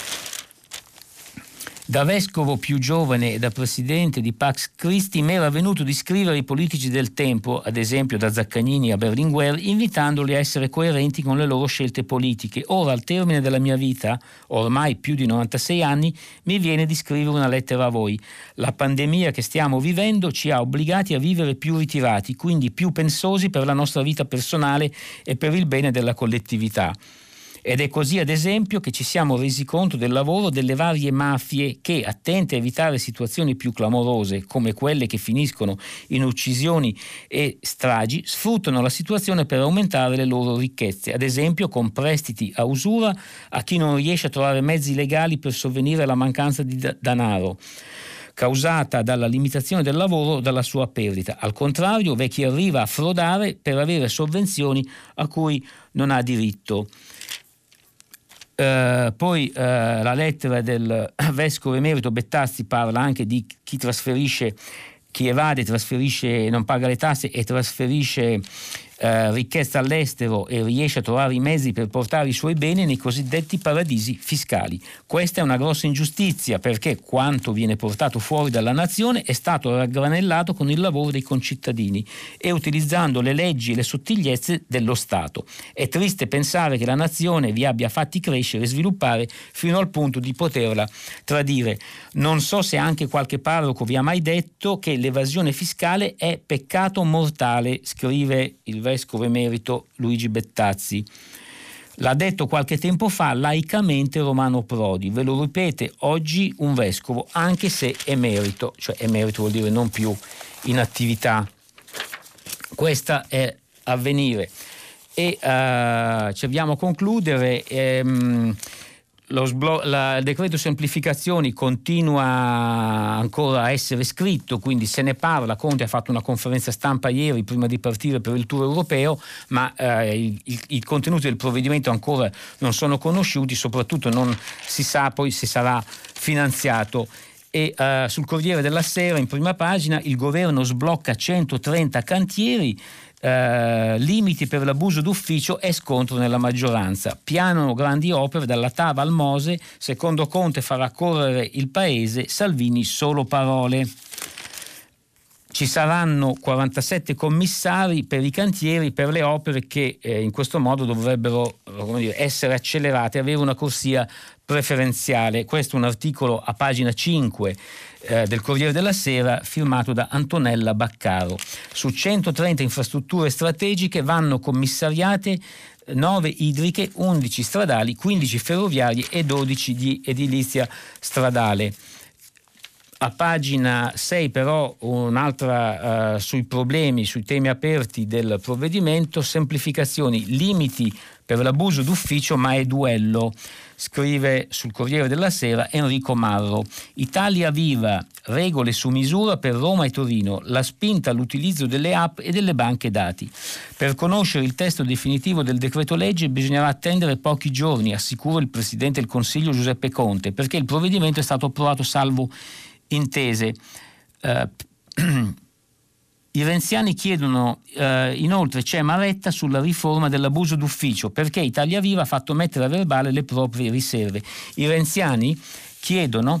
Da vescovo più giovane e da presidente di Pax Christi mi era venuto di scrivere i politici del tempo, ad esempio da Zaccagnini a Berlinguer, invitandoli a essere coerenti con le loro scelte politiche. Ora, al termine della mia vita, ormai più di novantasei anni, mi viene di scrivere una lettera a voi. La pandemia che stiamo vivendo ci ha obbligati a vivere più ritirati, quindi più pensosi per la nostra vita personale e per il bene della collettività. Ed è così, ad esempio, che ci siamo resi conto del lavoro delle varie mafie che, attente a evitare situazioni più clamorose, come quelle che finiscono in uccisioni e stragi, sfruttano la situazione per aumentare le loro ricchezze, ad esempio con prestiti a usura a chi non riesce a trovare mezzi legali per sovvenire alla mancanza di d- denaro, causata dalla limitazione del lavoro o dalla sua perdita. Al contrario, v'è chi arriva a frodare per avere sovvenzioni a cui non ha diritto. Uh, poi uh, la lettera del vescovo emerito Bettazzi parla anche di chi trasferisce, chi evade, trasferisce, non paga le tasse e trasferisce eh, ricchezza all'estero e riesce a trovare i mezzi per portare i suoi beni nei cosiddetti paradisi fiscali. Questa è una grossa ingiustizia, perché quanto viene portato fuori dalla nazione è stato raggranellato con il lavoro dei concittadini e utilizzando le leggi e le sottigliezze dello Stato. È triste pensare che la nazione vi abbia fatti crescere e sviluppare fino al punto di poterla tradire. Non so se anche qualche parroco vi ha mai detto che l'evasione fiscale è peccato mortale, scrive il vescovo emerito Luigi Bettazzi. L'ha detto qualche tempo fa laicamente Romano Prodi, ve lo ripete oggi un vescovo, anche se emerito, cioè emerito vuol dire non più in attività. Questa è Avvenire. E uh, ci abbiamo a concludere. Ehm, Lo sblo- la, il decreto semplificazioni continua ancora a essere scritto, quindi se ne parla. Conte ha fatto una conferenza stampa ieri prima di partire per il tour europeo, ma eh, il, il, il contenuto del provvedimento ancora non sono conosciuti, soprattutto non si sa poi se sarà finanziato. E uh, sul Corriere della Sera in prima pagina il governo sblocca centotrenta cantieri, Uh, limiti per l'abuso d'ufficio e scontro nella maggioranza. Pianano grandi opere dalla Tava al Mose, secondo Conte farà correre il paese, Salvini solo parole. Ci saranno quarantasette commissari per i cantieri, per le opere che eh, in questo modo dovrebbero come dire, essere accelerate, avere una corsia preferenziale. Questo è un articolo a pagina cinque eh, del Corriere della Sera firmato da Antonella Baccaro. Su centotrenta infrastrutture strategiche vanno commissariate nove idriche, undici stradali, quindici ferroviarie e dodici di edilizia stradale. A pagina sei però un'altra uh, sui problemi, sui temi aperti del provvedimento, semplificazioni, limiti per l'abuso d'ufficio ma è duello, scrive sul Corriere della Sera Enrico Marro. Italia Viva, regole su misura per Roma e Torino, la spinta all'utilizzo delle app e delle banche dati. Per conoscere il testo definitivo del decreto legge bisognerà attendere pochi giorni, assicura il Presidente del Consiglio Giuseppe Conte, perché il provvedimento è stato approvato salvo intese. Uh, I renziani chiedono uh, inoltre c'è Maretta sulla riforma dell'abuso d'ufficio, perché Italia Viva ha fatto mettere a verbale le proprie riserve. I renziani chiedono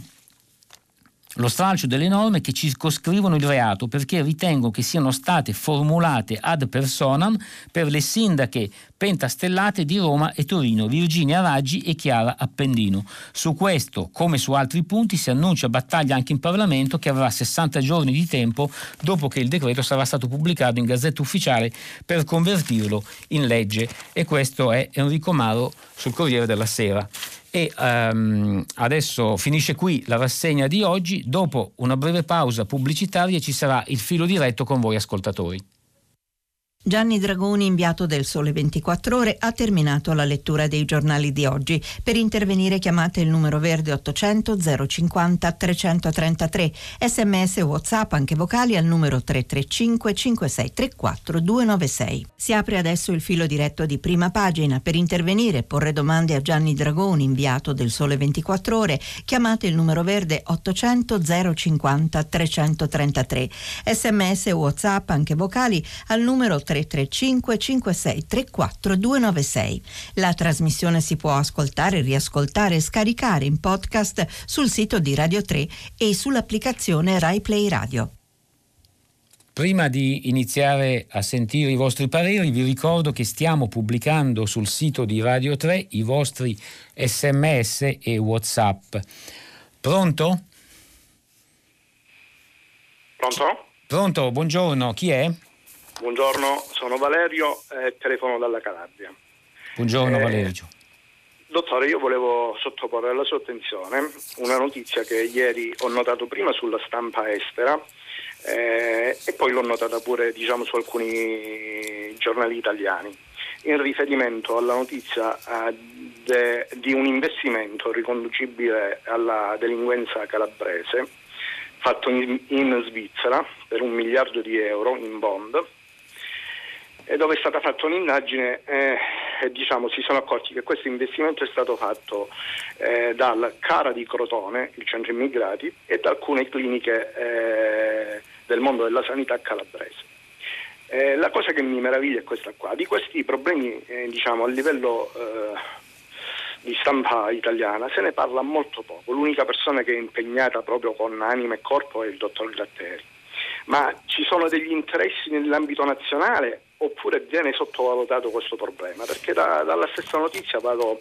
lo stralcio delle norme che circoscrivono il reato, perché ritengo che siano state formulate ad personam per le sindache pentastellate di Roma e Torino, Virginia Raggi e Chiara Appendino. Su questo, come su altri punti, si annuncia battaglia anche in Parlamento, che avrà sessanta giorni di tempo dopo che il decreto sarà stato pubblicato in Gazzetta Ufficiale per convertirlo in legge. E questo è Enrico Maro sul Corriere della Sera. E um, adesso finisce qui la rassegna di oggi. Dopo una breve pausa pubblicitaria ci sarà il filo diretto con voi ascoltatori. Gianni Dragoni, inviato del Sole ventiquattro Ore, ha terminato la lettura dei giornali di oggi. Per intervenire chiamate il numero verde ottocento zero cinquanta trecentotrentatré, sms o WhatsApp anche vocali al numero tre tre cinque cinque sei tre quattro due nove sei. Si apre adesso il filo diretto di Prima Pagina. Per intervenire e porre domande a Gianni Dragoni, inviato del Sole ventiquattro Ore, chiamate il numero verde ottocento zero cinquanta trecentotrentatré, sms o WhatsApp anche vocali al numero tre tre cinque cinque sei tre quattro due nove sei. La trasmissione si può ascoltare, riascoltare e scaricare in podcast sul sito di Radio tre e sull'applicazione Rai Play Radio. Prima di iniziare a sentire i vostri pareri, vi ricordo che stiamo pubblicando sul sito di Radio tre i vostri sms e WhatsApp. Pronto? Pronto? Pronto, buongiorno, chi è? Buongiorno, sono Valerio e telefono dalla Calabria. Buongiorno eh, Valerio. Dottore, io volevo sottoporre alla sua attenzione una notizia che ieri ho notato prima sulla stampa estera eh, e poi l'ho notata pure diciamo su alcuni giornali italiani, in riferimento alla notizia eh, de, di un investimento riconducibile alla delinquenza calabrese fatto in, in Svizzera per un miliardo di euro in bond, e dove è stata fatta un'indagine eh, e diciamo si sono accorti che questo investimento è stato fatto eh, dal Cara di Crotone, il centro immigrati, e da alcune cliniche eh, del mondo della sanità calabrese. Eh, la cosa che mi meraviglia è questa qua, di questi problemi eh, diciamo a livello eh, di stampa italiana se ne parla molto poco, l'unica persona che è impegnata proprio con anima e corpo è il dottor Gratteri, ma ci sono degli interessi nell'ambito nazionale oppure viene sottovalutato questo problema? Perché da, dalla stessa notizia vado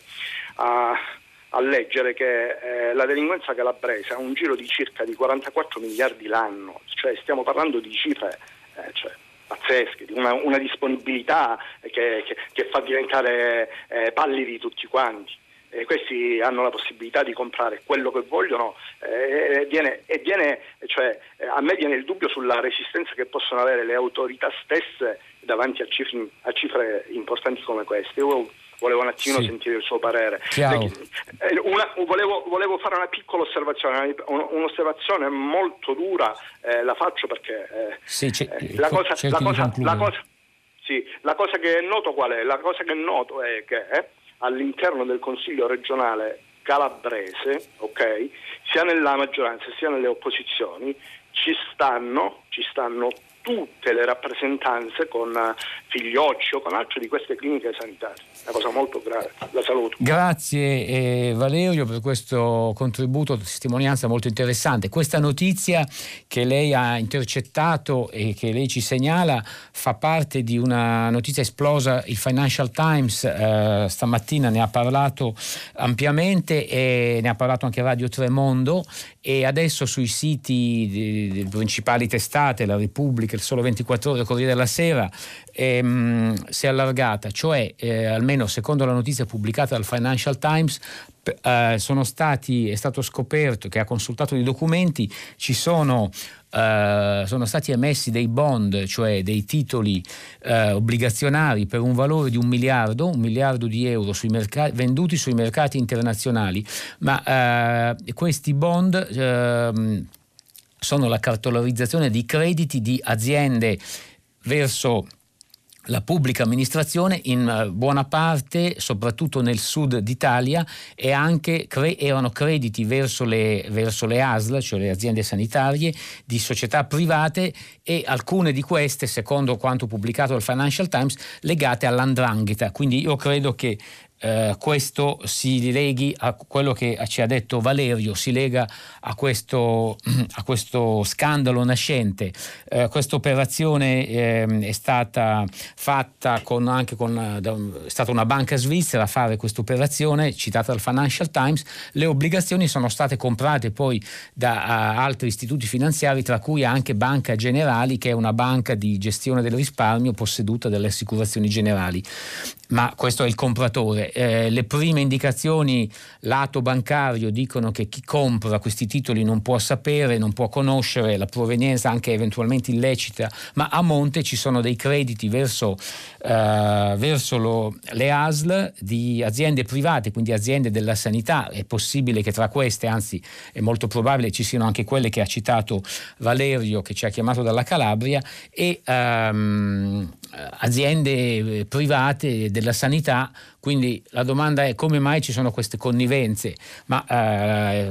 a, a leggere che eh, la delinquenza calabrese ha un giro di circa di quarantaquattro miliardi l'anno, cioè stiamo parlando di cifre eh, cioè, pazzesche, di una, una disponibilità che, che, che fa diventare eh, pallidi tutti quanti. E questi hanno la possibilità di comprare quello che vogliono eh, e viene, e viene cioè, eh, a me viene il dubbio sulla resistenza che possono avere le autorità stesse davanti a cifre, a cifre importanti come queste. Io volevo un attimino sì. sentire il suo parere. Eh, una, volevo, volevo fare una piccola osservazione, un'osservazione molto dura, eh, la faccio perché eh, sì, eh, la, cosa, la, cosa, la, cosa, sì, la cosa che è noto qual è? La cosa che è noto è che eh, all'interno del Consiglio regionale calabrese, ok, sia nella maggioranza sia nelle opposizioni, ci stanno, ci stanno tutte le rappresentanze con Figliocci o con altre di queste cliniche sanitarie. Una cosa molto grave. La saluto. Grazie eh, Valerio per questo contributo, testimonianza molto interessante. Questa notizia che lei ha intercettato e che lei ci segnala fa parte di una notizia esplosa. Il Financial Times eh, stamattina ne ha parlato ampiamente e ne ha parlato anche Radio Tremondo, e adesso sui siti delle principali testate, La Repubblica, Il Sole ventiquattro Ore, Corriere della Sera, ehm, si è allargata, cioè eh, almeno secondo la notizia pubblicata dal Financial Times eh, sono stati, è stato scoperto che ha consultato i documenti, ci sono Uh, sono stati emessi dei bond, cioè dei titoli uh, obbligazionari per un valore di un miliardo, un miliardo di euro sui mercati, venduti sui mercati internazionali, ma uh, questi bond uh, sono la cartolarizzazione di crediti di aziende verso la pubblica amministrazione in buona parte, soprattutto nel sud d'Italia, e anche cre- erano crediti verso le, verso le A S L, cioè le aziende sanitarie, di società private, e alcune di queste, secondo quanto pubblicato dal Financial Times, legate all''ndrangheta. Quindi io credo che Uh, questo si leghi a quello che ci ha detto Valerio, si lega a questo, a questo scandalo nascente. Uh, questa operazione eh, è stata fatta con, anche con da, è stata una banca svizzera a fare questa operazione citata dal Financial Times. Le obbligazioni sono state comprate poi da altri istituti finanziari, tra cui anche Banca Generali, che è una banca di gestione del risparmio posseduta dalle assicurazioni generali. Ma questo è il compratore. Eh, le prime indicazioni lato bancario dicono che chi compra questi titoli non può sapere, non può conoscere la provenienza, anche eventualmente illecita, ma a monte ci sono dei crediti verso, eh, verso lo, le A S L di aziende private, quindi aziende della sanità. È possibile che tra queste, anzi è molto probabile, ci siano anche quelle che ha citato Valerio, che ci ha chiamato dalla Calabria, e ehm, aziende private della sanità. Quindi la domanda è: come mai ci sono queste connivenze? Ma eh,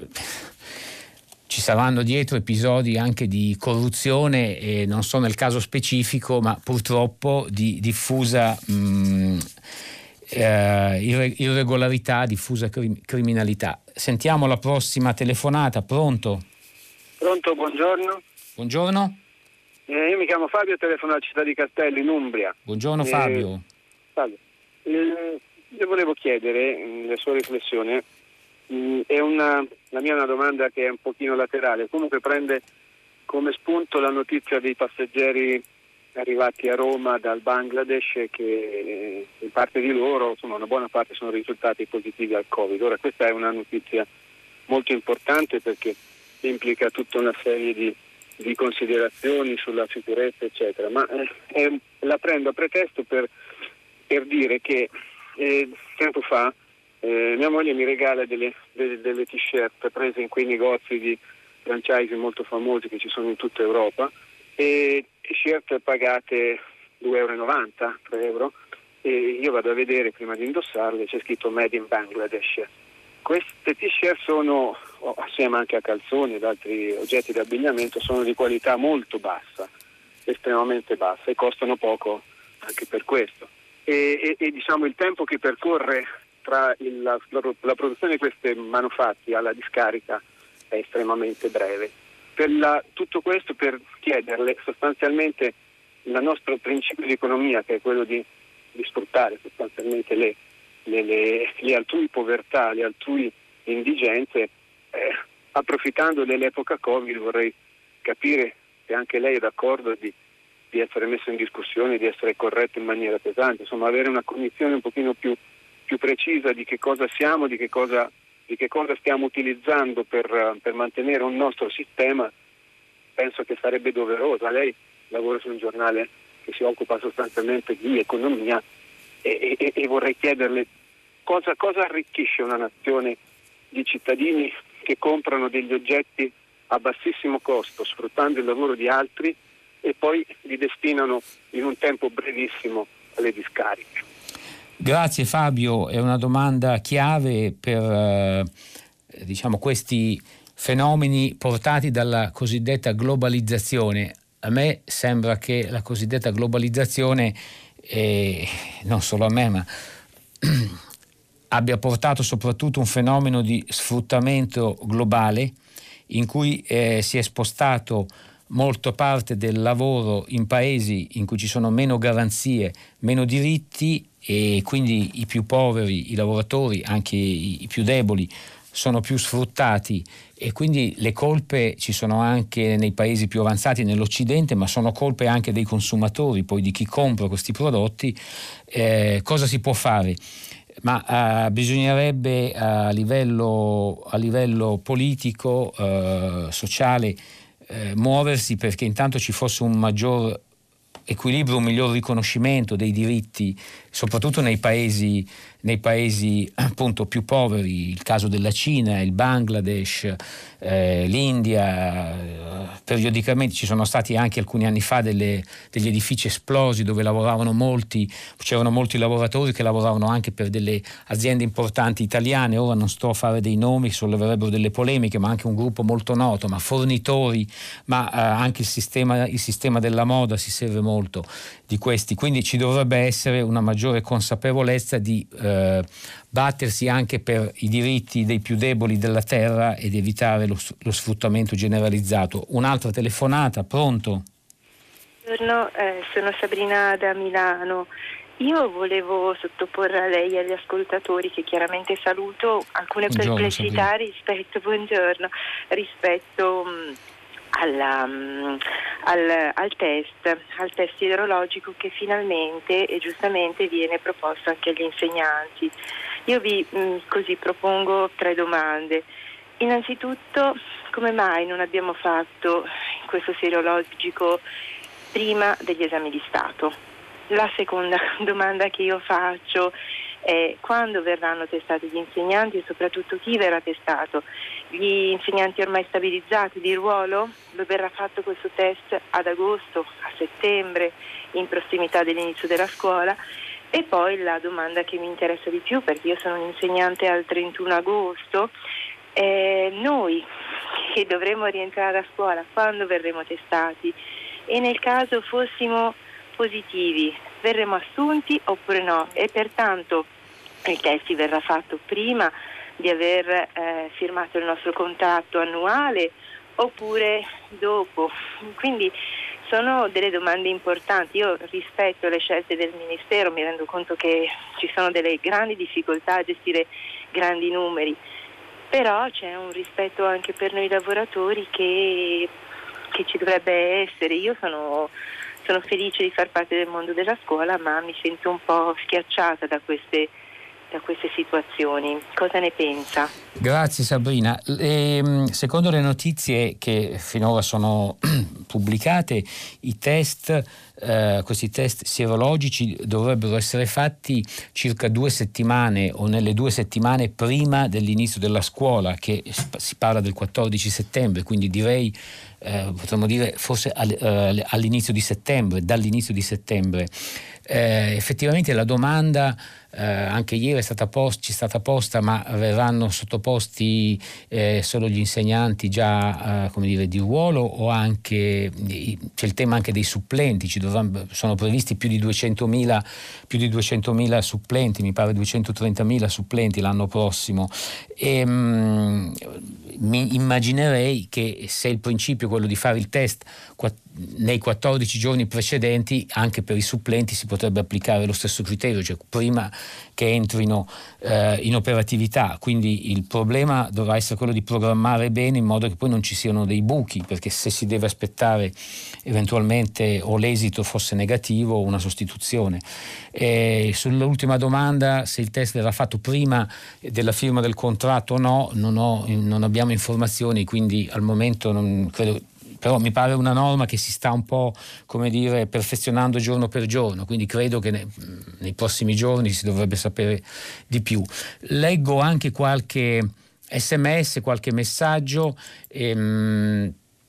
ci saranno dietro episodi anche di corruzione, e non so nel caso specifico, ma purtroppo di diffusa mh, eh, irregolarità, diffusa crim- criminalità. Sentiamo la prossima telefonata. Pronto? Pronto, buongiorno. Buongiorno. Eh, io mi chiamo Fabio, telefono alla città di Castello in Umbria. Buongiorno eh, Fabio. Fabio. Eh, io volevo chiedere mh, la sua riflessione. Mh, è una, la mia è una domanda che è un pochino laterale, comunque prende come spunto la notizia dei passeggeri arrivati a Roma dal Bangladesh, che eh, in parte di loro, insomma una buona parte, sono risultati positivi al Covid. Ora questa è una notizia molto importante perché implica tutta una serie di di considerazioni sulla sicurezza eccetera, ma eh, eh, la prendo a pretesto per, per dire che eh, tempo fa eh, mia moglie mi regala delle, delle, delle t-shirt prese in quei negozi di franchise molto famosi che ci sono in tutta Europa, e t-shirt pagate due euro e novanta, tre euro, e io vado a vedere prima di indossarle, c'è scritto Made in Bangladesh. Queste t-shirt sono, assieme anche a calzoni ed altri oggetti di abbigliamento, sono di qualità molto bassa, estremamente bassa e costano poco anche per questo. E, e, e diciamo il tempo che percorre tra il, la, la produzione di questi manufatti alla discarica è estremamente breve. Per la, tutto questo per chiederle sostanzialmente il nostro principio di economia, che è quello di, di sfruttare sostanzialmente le, le, le, le altrui povertà, le altrui indigenze, eh, approfittando dell'epoca Covid vorrei capire se anche lei è d'accordo di di essere messo in discussione, di essere corretto in maniera pesante, insomma avere una cognizione un pochino più, più precisa di che cosa siamo, di che cosa, di che cosa stiamo utilizzando per, per mantenere un nostro sistema, penso che sarebbe doveroso. Lei lavora su un giornale che si occupa sostanzialmente di economia e, e, e vorrei chiederle cosa, cosa arricchisce una nazione di cittadini che comprano degli oggetti a bassissimo costo, sfruttando il lavoro di altri, e poi li destinano in un tempo brevissimo alle discariche. Grazie Fabio, è una domanda chiave per eh, diciamo questi fenomeni portati dalla cosiddetta globalizzazione. A me sembra che la cosiddetta globalizzazione, eh, non solo a me, ma abbia portato soprattutto un fenomeno di sfruttamento globale in cui eh, si è spostato molto parte del lavoro in paesi in cui ci sono meno garanzie, meno diritti, e quindi i più poveri, i lavoratori, anche i, i più deboli, sono più sfruttati, e quindi le colpe ci sono anche nei paesi più avanzati, nell'Occidente, ma sono colpe anche dei consumatori, poi di chi compra questi prodotti. Eh, cosa si può fare? Ma eh, bisognerebbe a livello, a livello politico, eh, sociale, Eh, muoversi perché intanto ci fosse un maggior equilibrio, un miglior riconoscimento dei diritti, soprattutto nei paesi, nei paesi appunto più poveri, il caso della Cina, il Bangladesh, eh, l'India. Eh, periodicamente ci sono stati anche alcuni anni fa delle, degli edifici esplosi dove lavoravano molti, c'erano molti lavoratori che lavoravano anche per delle aziende importanti italiane. Ora non sto a fare dei nomi, solleverebbero delle polemiche, ma anche un gruppo molto noto, ma fornitori, ma eh, anche il sistema, il sistema della moda si serve molto di questi, quindi ci dovrebbe essere una maggiore consapevolezza di eh, battersi anche per i diritti dei più deboli della terra ed evitare lo, lo sfruttamento generalizzato. Un'altra telefonata, pronto? Buongiorno, eh, sono Sabrina da Milano. Io volevo sottoporre a lei e agli ascoltatori, che chiaramente saluto, alcune Buongiorno, perplessità Sabrina. rispetto, buongiorno, rispetto mh, alla, mh, al, al test, al test idrologico che finalmente e giustamente viene proposto anche agli insegnanti. Io vi mh, così propongo tre domande. Innanzitutto, come mai non abbiamo fatto questo serologico prima degli esami di Stato? La seconda domanda che io faccio è: quando verranno testati gli insegnanti e soprattutto chi verrà testato? Gli insegnanti ormai stabilizzati di ruolo? Lo verrà fatto questo test ad agosto, a settembre, in prossimità dell'inizio della scuola? E poi la domanda che mi interessa di più, perché io sono un insegnante al trentuno agosto, eh, noi che dovremo rientrare a scuola, quando verremo testati? E nel caso fossimo positivi, verremo assunti oppure no? E pertanto il test verrà fatto prima di aver eh, firmato il nostro contratto annuale oppure dopo? Quindi sono delle domande importanti. Io rispetto le scelte del Ministero, mi rendo conto che ci sono delle grandi difficoltà a gestire grandi numeri, però c'è un rispetto anche per noi lavoratori che, che ci dovrebbe essere. Io sono, sono felice di far parte del mondo della scuola, ma mi sento un po' schiacciata da queste da queste situazioni. Cosa ne pensa? Grazie Sabrina. E, secondo le notizie che finora sono pubblicate, i test, eh, questi test sierologici dovrebbero essere fatti circa due settimane o nelle due settimane prima dell'inizio della scuola, che si parla del quattordici settembre, quindi direi eh, potremmo dire forse all'inizio di settembre, dall'inizio di settembre. Eh, effettivamente la domanda eh, anche ieri è stata post, ci è stata posta, ma verranno sottoposti eh, solo gli insegnanti già eh, come dire, di ruolo o anche anche, c'è il tema anche dei supplenti, ci dovranno, sono previsti più di duecentomila, più di duecentomila supplenti, mi pare duecentotrentamila supplenti l'anno prossimo, e mh, mi immaginerei che se il principio è quello di fare il test nei quattordici giorni precedenti, anche per i supplenti si potrebbe applicare lo stesso criterio, cioè prima che entrino eh, in operatività. Quindi il problema dovrà essere quello di programmare bene in modo che poi non ci siano dei buchi, perché se si deve aspettare eventualmente o l'esito fosse negativo o una sostituzione. E sull'ultima domanda, se il test era fatto prima della firma del contratto o no, non, ho, non abbiamo informazioni, quindi al momento non credo. Però mi pare una norma che si sta un po', come dire, perfezionando giorno per giorno, quindi credo che ne, nei prossimi giorni si dovrebbe sapere di più. Leggo anche qualche sms, qualche messaggio. Ehm,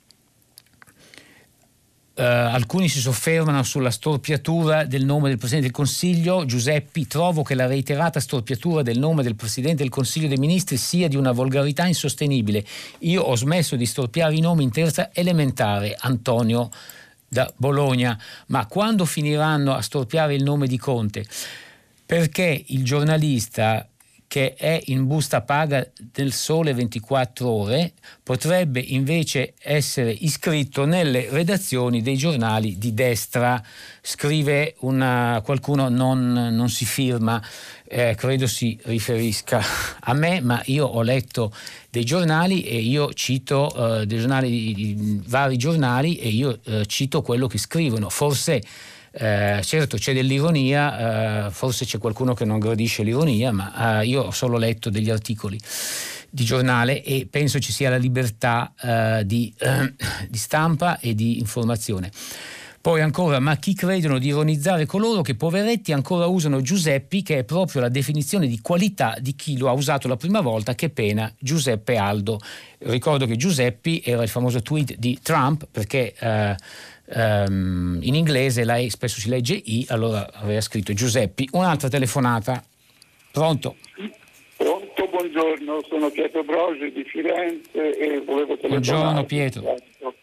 Uh, alcuni si soffermano sulla storpiatura del nome del Presidente del Consiglio. Giuseppi: trovo che la reiterata storpiatura del nome del Presidente del Consiglio dei Ministri sia di una volgarità insostenibile. Io ho smesso di storpiare i nomi in terza elementare. Antonio da Bologna. Ma quando finiranno a storpiare il nome di Conte? Perché il giornalista che è in busta paga del Sole ventiquattro Ore potrebbe invece essere iscritto nelle redazioni dei giornali di destra. Scrive una, qualcuno, non, non si firma, eh, credo si riferisca a me, ma io ho letto dei giornali e io cito eh, dei giornali, di vari giornali, e io eh, cito quello che scrivono. Forse Eh, certo c'è dell'ironia, eh, forse c'è qualcuno che non gradisce l'ironia, ma eh, io ho solo letto degli articoli di giornale e penso ci sia la libertà eh, di, eh, di stampa e di informazione. Poi ancora, ma chi credono di ironizzare coloro che, poveretti, ancora usano Giuseppi, che è proprio la definizione di qualità di chi lo ha usato la prima volta, che pena Giuseppe Aldo. Ricordo che Giuseppi era il famoso tweet di Trump, perché eh, Um, in inglese la E spesso si legge I, allora aveva scritto Giuseppi. Un'altra telefonata. Pronto? Pronto, buongiorno, sono Pietro Brogi di Firenze e volevo telefonare. Buongiorno Pietro.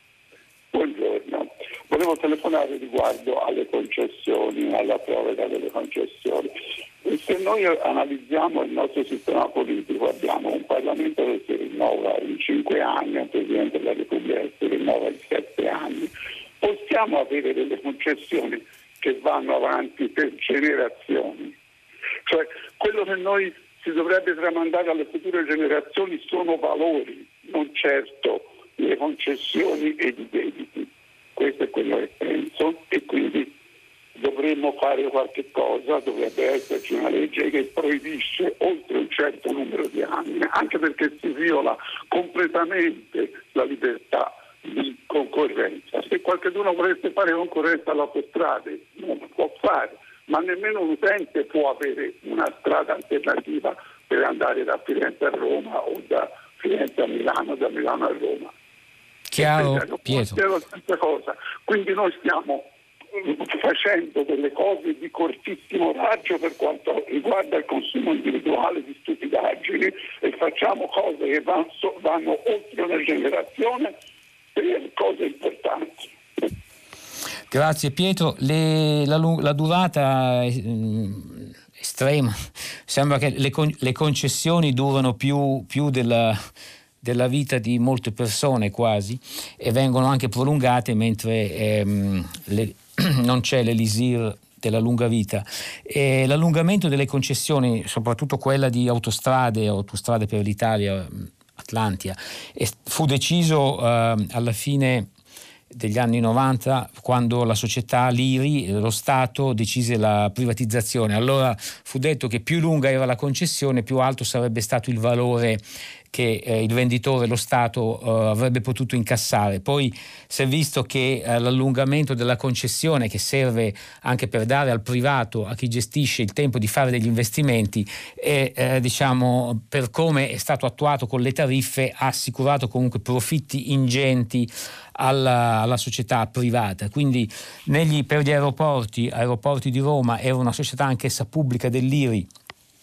Buongiorno. Volevo telefonare riguardo alle concessioni, alla proroga delle concessioni. E se noi analizziamo il nostro sistema politico, abbiamo un Parlamento che si rinnova in cinque anni, un Presidente della Repubblica che si rinnova in sette anni. Possiamo avere delle concessioni che vanno avanti per generazioni. Cioè, quello che noi si dovrebbe tramandare alle future generazioni sono valori, non certo le concessioni e i debiti. Questo è quello che penso, e quindi dovremmo fare qualche cosa, dovrebbe esserci una legge che proibisce oltre un certo numero di anni, anche perché si viola completamente la libertà di concorrenza. Se qualcuno volesse fare concorrenza alle autostrade non lo può fare, ma nemmeno l'utente può avere una strada alternativa per andare da Firenze a Roma o da Firenze a Milano, da Milano a Roma. Chiaro, Pietro. È la stessa cosa. Quindi noi stiamo facendo delle cose di cortissimo raggio per quanto riguarda il consumo individuale di stupidaggini, e facciamo cose che vanno, vanno oltre una generazione per cose importanti. Grazie Pietro. Le, la, la durata è estrema, sembra che le, le concessioni durano più, più della, della vita di molte persone quasi, e vengono anche prolungate, mentre ehm, le, non c'è l'elisir della lunga vita. E l'allungamento delle concessioni, soprattutto quella di autostrade, autostrade per l'Italia, Atlantia, fu deciso eh, alla fine degli anni novanta, quando la società Liri, lo Stato, decise la privatizzazione. Allora fu detto che più lunga era la concessione, più alto sarebbe stato il valore che eh, il venditore, lo Stato, eh, avrebbe potuto incassare. Poi si è visto che eh, l'allungamento della concessione, che serve anche per dare al privato, a chi gestisce, il tempo di fare degli investimenti, e eh, diciamo, per come è stato attuato con le tariffe, ha assicurato comunque profitti ingenti alla, alla società privata. Quindi negli, per gli aeroporti, aeroporti di Roma era una società anch'essa pubblica dell'I R I,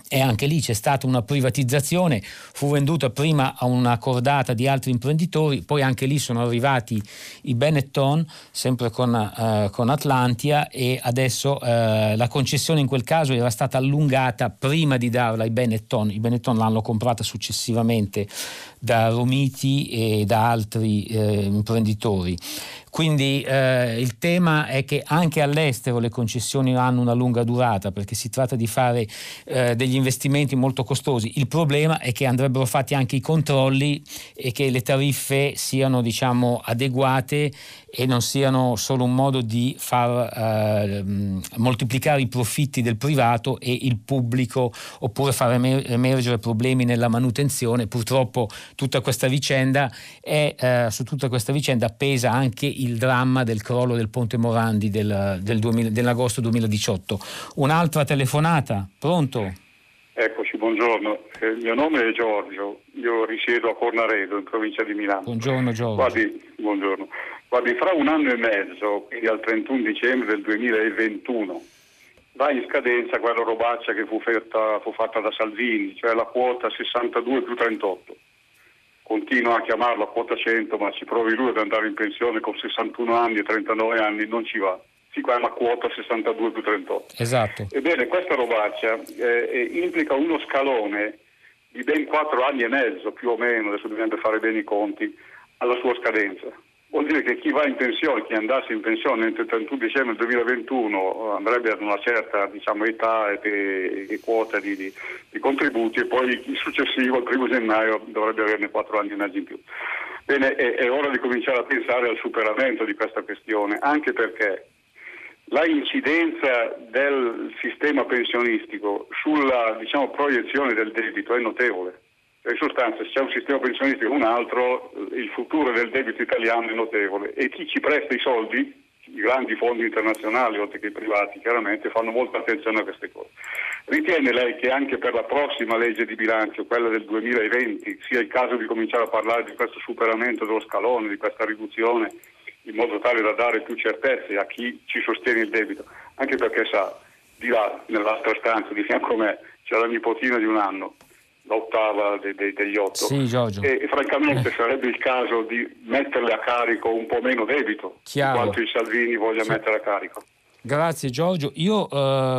e anche lì c'è stata una privatizzazione, fu venduta prima a una cordata di altri imprenditori, poi anche lì sono arrivati i Benetton, sempre con, eh, con Atlantia, e adesso eh, la concessione in quel caso era stata allungata prima di darla ai Benetton. I Benetton l'hanno comprata successivamente da Romiti e da altri eh, imprenditori. Quindi eh, il tema è che anche all'estero le concessioni hanno una lunga durata, perché si tratta di fare eh, degli investimenti molto costosi. Il problema è che andrebbero fatti anche i controlli e che le tariffe siano, diciamo, adeguate e non siano solo un modo di far eh, moltiplicare i profitti del privato e il pubblico, oppure far emer- emergere problemi nella manutenzione. Purtroppo tutta questa vicenda è, eh, su tutta questa vicenda pesa anche il dramma del crollo del Ponte Morandi del, del duemila, dell'agosto duemiladiciotto. Un'altra telefonata, pronto? Eccoci, buongiorno. Eh, il mio nome è Giorgio, io risiedo a Cornaredo, in provincia di Milano. Buongiorno Giorgio. Guardi, buongiorno. Guardi, fra un anno e mezzo, quindi al trentuno dicembre del duemilaventuno, va in scadenza quella robaccia che fu fatta, fu fatta da Salvini, cioè la quota sessantadue più trentotto. Continua a chiamarla quota cento, ma ci provi lui ad andare in pensione con sessantuno anni e trentanove anni, non ci va. Si chiama quota sessantadue più trentotto. Esatto. Ebbene, questa robaccia eh, implica uno scalone di ben quattro anni e mezzo, più o meno, adesso bisogna fare bene i conti, alla sua scadenza. Vuol dire che chi va in pensione, chi andasse in pensione entro il trentuno dicembre duemilaventuno andrebbe ad una certa, diciamo, età e, e quota di, di, di contributi, e poi il successivo, il primo gennaio, dovrebbe averne quattro anni e mezzo in più. Bene, è, è ora di cominciare a pensare al superamento di questa questione, anche perché la incidenza del sistema pensionistico sulla, diciamo, proiezione del debito è notevole. In sostanza, se c'è un sistema pensionistico e un altro, il futuro del debito italiano è notevole, e chi ci presta i soldi, i grandi fondi internazionali oltre che i privati, chiaramente fanno molta attenzione a queste cose. Ritiene lei che anche per la prossima legge di bilancio, quella del duemilaventi, sia il caso di cominciare a parlare di questo superamento dello scalone, di questa riduzione, in modo tale da dare più certezze a chi ci sostiene il debito? Anche perché sa, di là, nell'altra stanza, di fianco a me, c'è la nipotina di un anno, l'ottava de, de, degli otto, sì, Giorgio. E, e francamente eh. sarebbe il caso di metterle a carico un po' meno debito, Chiaro. quanto il Salvini voglia sì. mettere a carico. Grazie Giorgio, io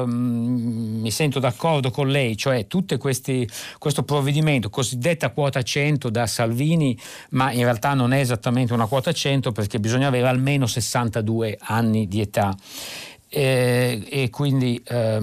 ehm, mi sento d'accordo con lei, cioè tutte questi, questo provvedimento, cosiddetta quota cento da Salvini, ma in realtà non è esattamente una quota cento, perché bisogna avere almeno sessantadue anni di età. Eh, e quindi eh,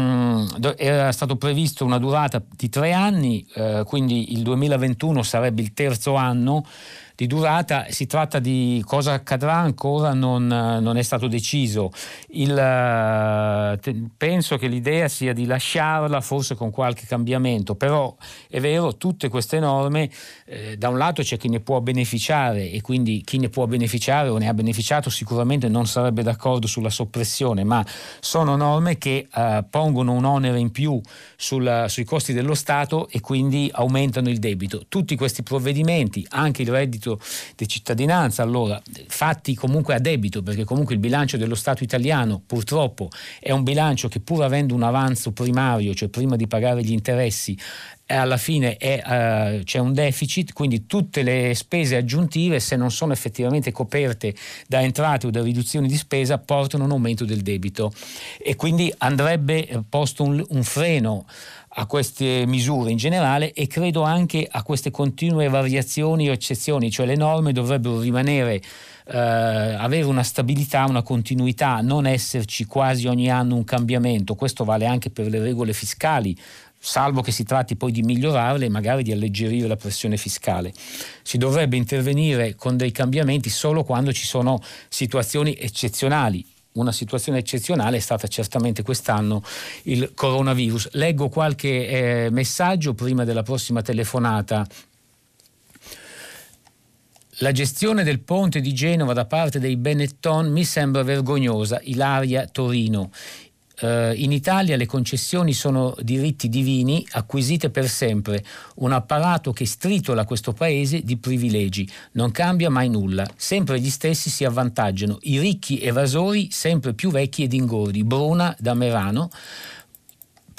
era stato previsto una durata di tre anni, eh, quindi il duemilaventuno sarebbe il terzo anno di durata. Si tratta di cosa accadrà ancora non, non è stato deciso. Il, te, penso che l'idea sia di lasciarla, forse con qualche cambiamento, però è vero, tutte queste norme, eh, da un lato c'è chi ne può beneficiare, e quindi chi ne può beneficiare o ne ha beneficiato sicuramente non sarebbe d'accordo sulla soppressione, ma sono norme che eh, pongono un onere in più sul, sui costi dello Stato e quindi aumentano il debito. Tutti questi provvedimenti, anche il reddito di cittadinanza, allora fatti comunque a debito, perché comunque il bilancio dello Stato italiano purtroppo è un bilancio che, pur avendo un avanzo primario, cioè prima di pagare gli interessi, alla fine è, uh, c'è un deficit, quindi tutte le spese aggiuntive, se non sono effettivamente coperte da entrate o da riduzioni di spesa, portano a un aumento del debito, e quindi andrebbe posto un, un freno a queste misure in generale, e credo anche a queste continue variazioni o eccezioni, cioè le norme dovrebbero rimanere, eh, avere una stabilità, una continuità, non esserci quasi ogni anno un cambiamento. Questo vale anche per le regole fiscali, salvo che si tratti poi di migliorarle e magari di alleggerire la pressione fiscale. Si dovrebbe intervenire con dei cambiamenti solo quando ci sono situazioni eccezionali. Una situazione eccezionale è stata certamente quest'anno il coronavirus. Leggo qualche eh, messaggio prima della prossima telefonata. La gestione del ponte di Genova da parte dei Benetton mi sembra vergognosa. Ilaria, Torino. Uh, in Italia le concessioni sono diritti divini acquisite per sempre, un apparato che stritola questo paese di privilegi, non cambia mai nulla, sempre gli stessi si avvantaggiano, i ricchi evasori sempre più vecchi ed ingordi. Bruna da Merano.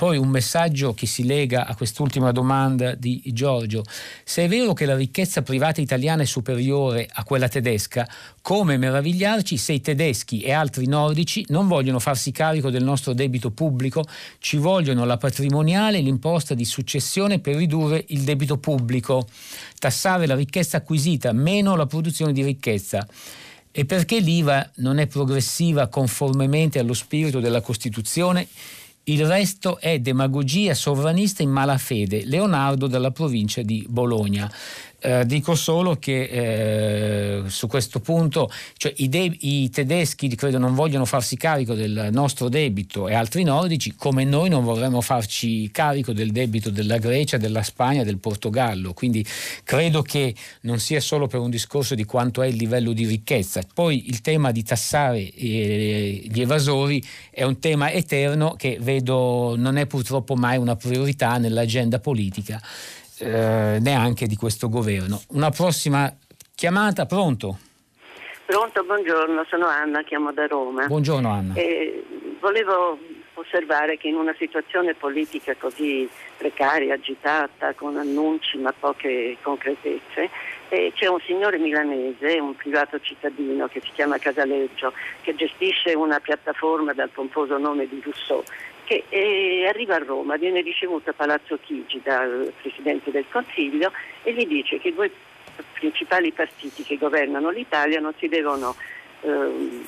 poi un messaggio che si lega a quest'ultima domanda di Giorgio: se è vero che la ricchezza privata italiana è superiore a quella tedesca, come meravigliarci se i tedeschi e altri nordici non vogliono farsi carico del nostro debito pubblico? Ci vogliono la patrimoniale e l'imposta di successione per ridurre il debito pubblico, tassare la ricchezza acquisita, meno la produzione di ricchezza. E perché l'I V A non è progressiva conformemente allo spirito della Costituzione? Il resto è demagogia sovranista in malafede. Leonardo dalla provincia di Bologna. Eh, dico solo che eh, su questo punto, cioè i, de- i tedeschi credo non vogliono farsi carico del nostro debito e altri nordici, come noi non vorremmo farci carico del debito della Grecia, della Spagna, del Portogallo. Quindi credo che non sia solo per un discorso di quanto è il livello di ricchezza. Poi il tema di tassare eh, gli evasori è un tema eterno che vedo non è purtroppo mai una priorità nell'agenda politica. Eh, neanche di questo governo. Una prossima chiamata, pronto? Pronto, buongiorno, sono Anna, chiamo da Roma. Buongiorno Anna. Eh, volevo osservare che in una situazione politica così precaria, agitata, con annunci ma poche concretezze, eh, c'è un signore milanese, un privato cittadino che si chiama Casaleggio, che gestisce una piattaforma dal pomposo nome di Rousseau, che eh, arriva a Roma, viene ricevuto a Palazzo Chigi dal Presidente del Consiglio e gli dice che i due principali partiti che governano l'Italia non si devono eh,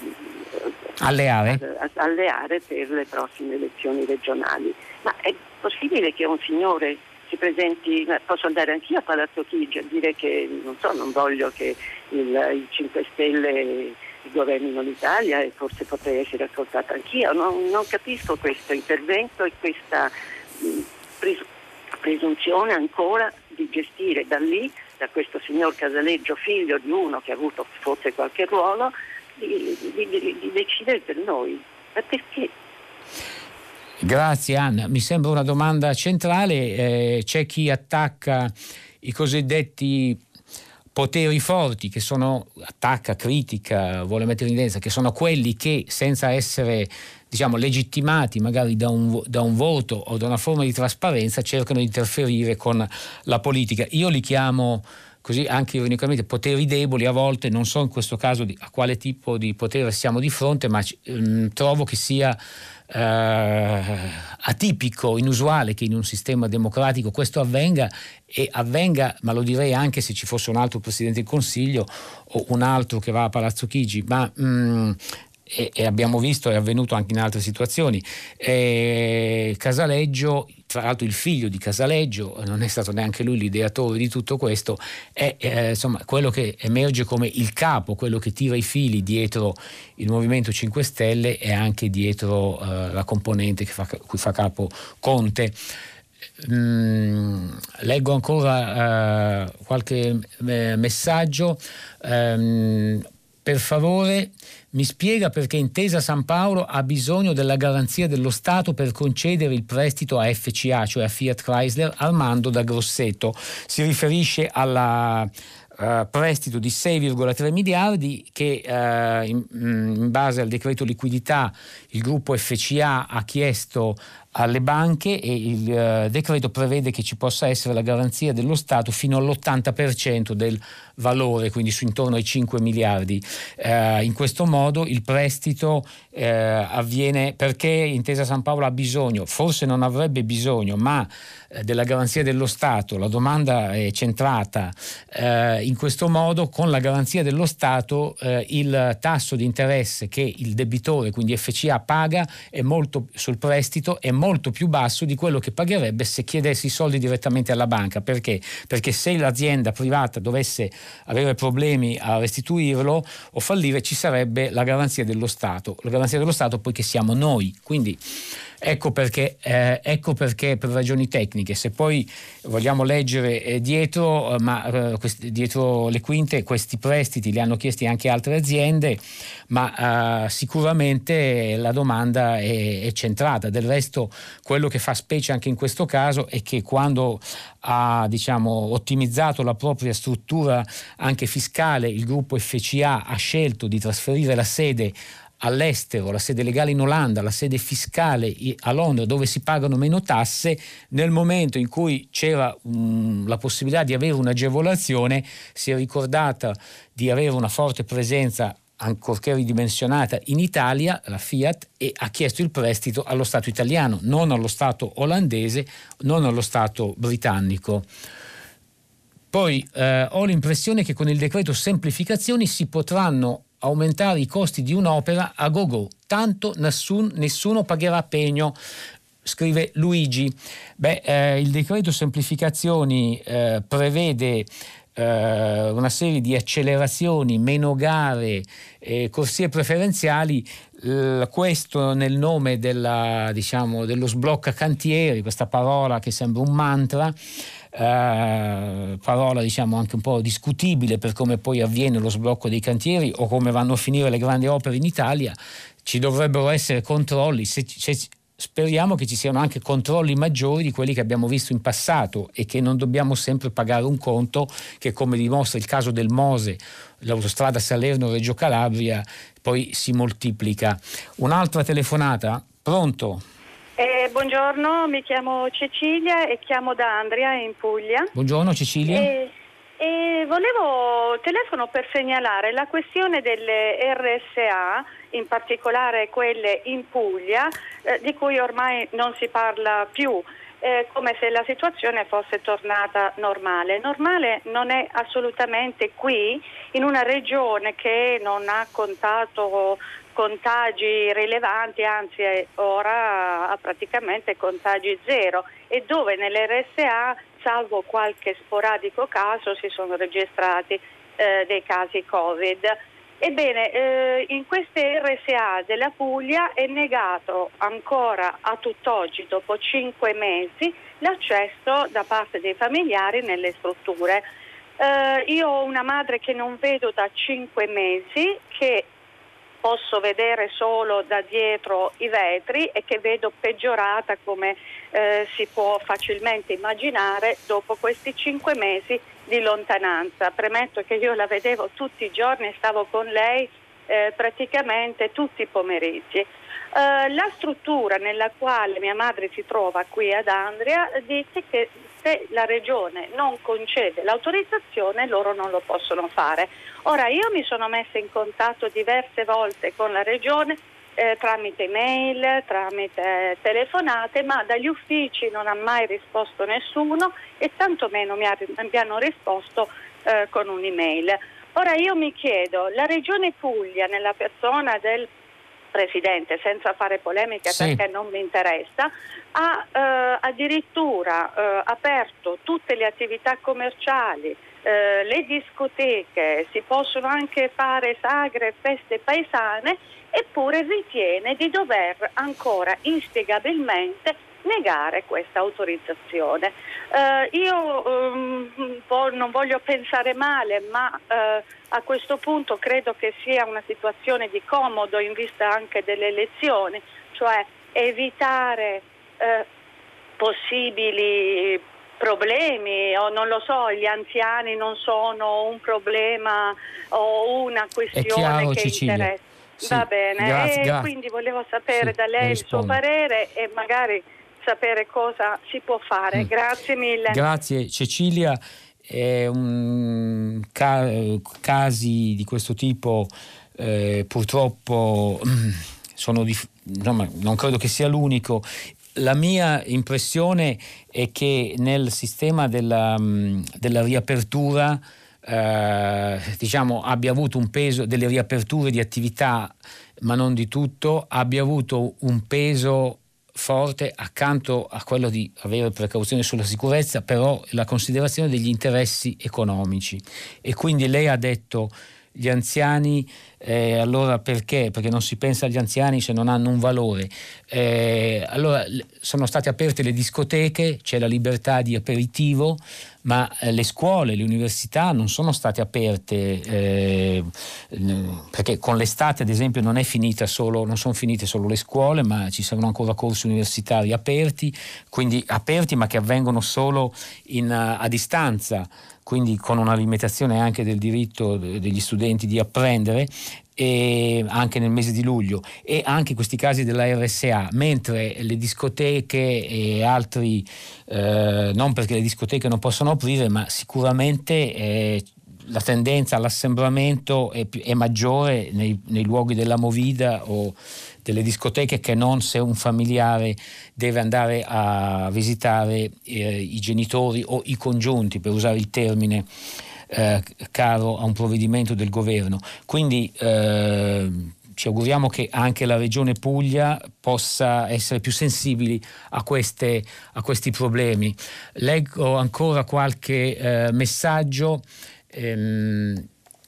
alleare. alleare per le prossime elezioni regionali. Ma è possibile che un signore si presenti, posso andare anch'io a Palazzo Chigi a dire che non so, non voglio che il, il cinque Stelle governino l'Italia e forse potrei essere ascoltata anch'io. Non, non capisco questo intervento e questa mh, pres- presunzione ancora di gestire da lì, da questo signor Casaleggio, figlio di uno che ha avuto forse qualche ruolo, di, di, di, di decidere per noi. Ma perché? Grazie Anna, mi sembra una domanda centrale. Eh, c'è chi attacca i cosiddetti poteri forti, che sono, attacca, critica, vuole mettere in evidenza, che sono quelli che senza essere diciamo legittimati magari da un, da un voto o da una forma di trasparenza cercano di interferire con la politica. Io li chiamo così anche ironicamente poteri deboli a volte, non so in questo caso di, a quale tipo di potere siamo di fronte, ma ehm, trovo che sia eh, atipico, inusuale che in un sistema democratico questo avvenga e avvenga, ma lo direi anche se ci fosse un altro Presidente del Consiglio o un altro che va a Palazzo Chigi, ma mh, e, e abbiamo visto, è avvenuto anche in altre situazioni. E Casaleggio, tra l'altro il figlio di Casaleggio, non è stato neanche lui l'ideatore di tutto questo, è eh, insomma quello che emerge come il capo, quello che tira i fili dietro il Movimento cinque Stelle e anche dietro eh, la componente che fa, cui fa capo Conte. Mm, leggo ancora uh, qualche eh, messaggio. Um, per favore mi spiega perché Intesa San Paolo ha bisogno della garanzia dello Stato per concedere il prestito a F C A, cioè a Fiat Chrysler, Armando da Grosseto. Si riferisce alla Uh, prestito di sei virgola tre miliardi che uh, in, in base al decreto liquidità il gruppo F C A ha chiesto alle banche e il uh, decreto prevede che ci possa essere la garanzia dello Stato fino all'ottanta per cento del valore, quindi su intorno ai cinque miliardi. Uh, in questo modo il prestito uh, avviene perché Intesa San Paolo ha bisogno, forse non avrebbe bisogno, ma della garanzia dello Stato. La domanda è centrata eh, in questo modo: con la garanzia dello Stato eh, il tasso di interesse che il debitore, quindi F C A, paga è molto, sul prestito è molto più basso di quello che pagherebbe se chiedesse i soldi direttamente alla banca. Perché? Perché se l'azienda privata dovesse avere problemi a restituirlo o fallire, ci sarebbe la garanzia dello Stato. La garanzia dello Stato poi che siamo noi. Quindi Ecco perché, eh, ecco perché per ragioni tecniche, se poi vogliamo leggere eh, dietro, eh, ma eh, questi, dietro le quinte questi prestiti li hanno chiesti anche altre aziende, ma eh, sicuramente la domanda è, è centrata. Del resto quello che fa specie anche in questo caso è che quando ha diciamo ottimizzato la propria struttura anche fiscale, il gruppo F C A ha scelto di trasferire la sede all'estero, la sede legale in Olanda, la sede fiscale a Londra, dove si pagano meno tasse, nel momento in cui c'era um, la possibilità di avere un'agevolazione, si è ricordata di avere una forte presenza, ancorché ridimensionata, in Italia, la Fiat, e ha chiesto il prestito allo Stato italiano, non allo Stato olandese, non allo Stato britannico. Poi eh, ho l'impressione che con il decreto semplificazioni si potranno aumentare i costi di un'opera a go-go, tanto nessun, nessuno pagherà pegno, scrive Luigi. Beh, eh, il decreto semplificazioni eh, prevede eh, una serie di accelerazioni, meno gare, eh, corsie preferenziali, eh, questo nel nome della, diciamo, dello sblocca cantieri, questa parola che sembra un mantra. Uh, parola diciamo anche un po' discutibile per come poi avviene lo sblocco dei cantieri o come vanno a finire le grandi opere in Italia. Ci dovrebbero essere controlli, se, se, speriamo che ci siano anche controlli maggiori di quelli che abbiamo visto in passato e che non dobbiamo sempre pagare un conto che, come dimostra il caso del Mose, l'autostrada Salerno-Reggio Calabria, poi si moltiplica. Un'altra telefonata, pronto? Eh, buongiorno, mi chiamo Cecilia e chiamo da Andria in Puglia. Buongiorno Cecilia. E, e volevo telefono per segnalare la questione delle R S A, in particolare quelle in Puglia, eh, di cui ormai non si parla più, eh, come se la situazione fosse tornata normale. Normale non è assolutamente qui, in una regione che non ha contato contagi rilevanti, anzi ora ha praticamente contagi zero, e dove nelle R S A, salvo qualche sporadico caso, si sono registrati eh, dei casi Covid. Ebbene, eh, in queste R S A della Puglia è negato ancora a tutt'oggi, dopo cinque mesi, l'accesso da parte dei familiari nelle strutture. Eh, io ho una madre che non vedo da cinque mesi, che posso vedere solo da dietro i vetri e che vedo peggiorata, come eh, si può facilmente immaginare, dopo questi cinque mesi di lontananza. Premetto che io la vedevo tutti i giorni e stavo con lei eh, praticamente tutti i pomeriggi. Eh, la struttura nella quale mia madre si trova qui ad Andria dice che se la regione non concede l'autorizzazione loro non lo possono fare. Ora, io mi sono messa in contatto diverse volte con la regione eh, tramite mail, tramite telefonate, ma dagli uffici non ha mai risposto nessuno e tantomeno mi, ha, mi hanno risposto eh, con un'email. Ora io mi chiedo, la regione Puglia, nella persona del Presidente, senza fare polemica sì, perché non mi interessa, ha eh, addirittura eh, aperto tutte le attività commerciali, eh, le discoteche, si possono anche fare sagre, feste paesane, eppure ritiene di dover ancora inspiegabilmente negare questa autorizzazione. Eh, io um, non voglio pensare male, ma eh, a questo punto credo che sia una situazione di comodo in vista anche delle elezioni, cioè evitare eh, possibili problemi, o non lo so, gli anziani non sono un problema o una questione chiaro, che Cecilia. interessa. Sì, Va bene, grazie, e grazie. quindi volevo sapere Sì, da lei il suo rispondo. parere e magari sapere cosa si può fare. Mm. Grazie mille. Grazie Cecilia. Eh, un ca- casi di questo tipo eh, purtroppo sono dif- insomma, non credo che sia l'unico. La mia impressione è che nel sistema della, della riapertura eh, diciamo abbia avuto un peso, delle riaperture di attività, ma non di tutto, abbia avuto un peso forte accanto a quello di avere precauzione sulla sicurezza, però la considerazione degli interessi economici. E quindi lei ha detto gli anziani, eh, allora perché? Perché non si pensa agli anziani se non hanno un valore. Eh, allora sono state aperte le discoteche, c'è la libertà di aperitivo, ma eh, le scuole, le università non sono state aperte eh, perché con l'estate ad esempio non è finita solo, non sono finite solo le scuole, ma ci saranno ancora corsi universitari aperti, quindi aperti ma che avvengono solo in, a, a distanza, quindi con una limitazione anche del diritto degli studenti di apprendere. e anche nel mese di luglio, e anche questi casi della R S A, mentre le discoteche e altri, eh, non perché le discoteche non possono aprire, ma sicuramente eh, la tendenza all'assembramento è, è maggiore nei, nei luoghi della movida o delle discoteche, che non se un familiare deve andare a visitare eh, i genitori o i congiunti, per usare il termine eh, caro a un provvedimento del governo. Quindi eh, ci auguriamo che anche la Regione Puglia possa essere più sensibili a, queste, a questi problemi. Leggo ancora qualche eh, messaggio. Ehm,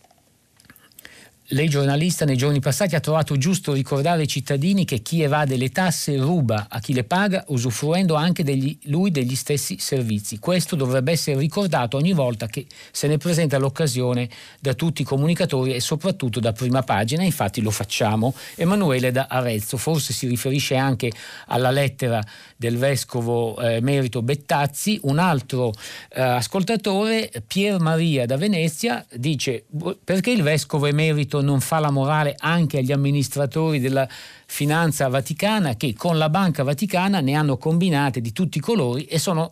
Lei giornalista nei giorni passati ha trovato giusto ricordare ai cittadini che chi evade le tasse ruba a chi le paga, usufruendo anche degli, lui degli stessi servizi. Questo dovrebbe essere ricordato ogni volta che se ne presenta l'occasione da tutti i comunicatori e soprattutto da Prima Pagina. Infatti lo facciamo. Emanuele da Arezzo, forse si riferisce anche alla lettera del vescovo eh, emerito Bettazzi. Un altro eh, ascoltatore, Pier Maria da Venezia, dice: perché il vescovo emerito non fa la morale anche agli amministratori della finanza vaticana, che con la Banca Vaticana ne hanno combinate di tutti i colori e sono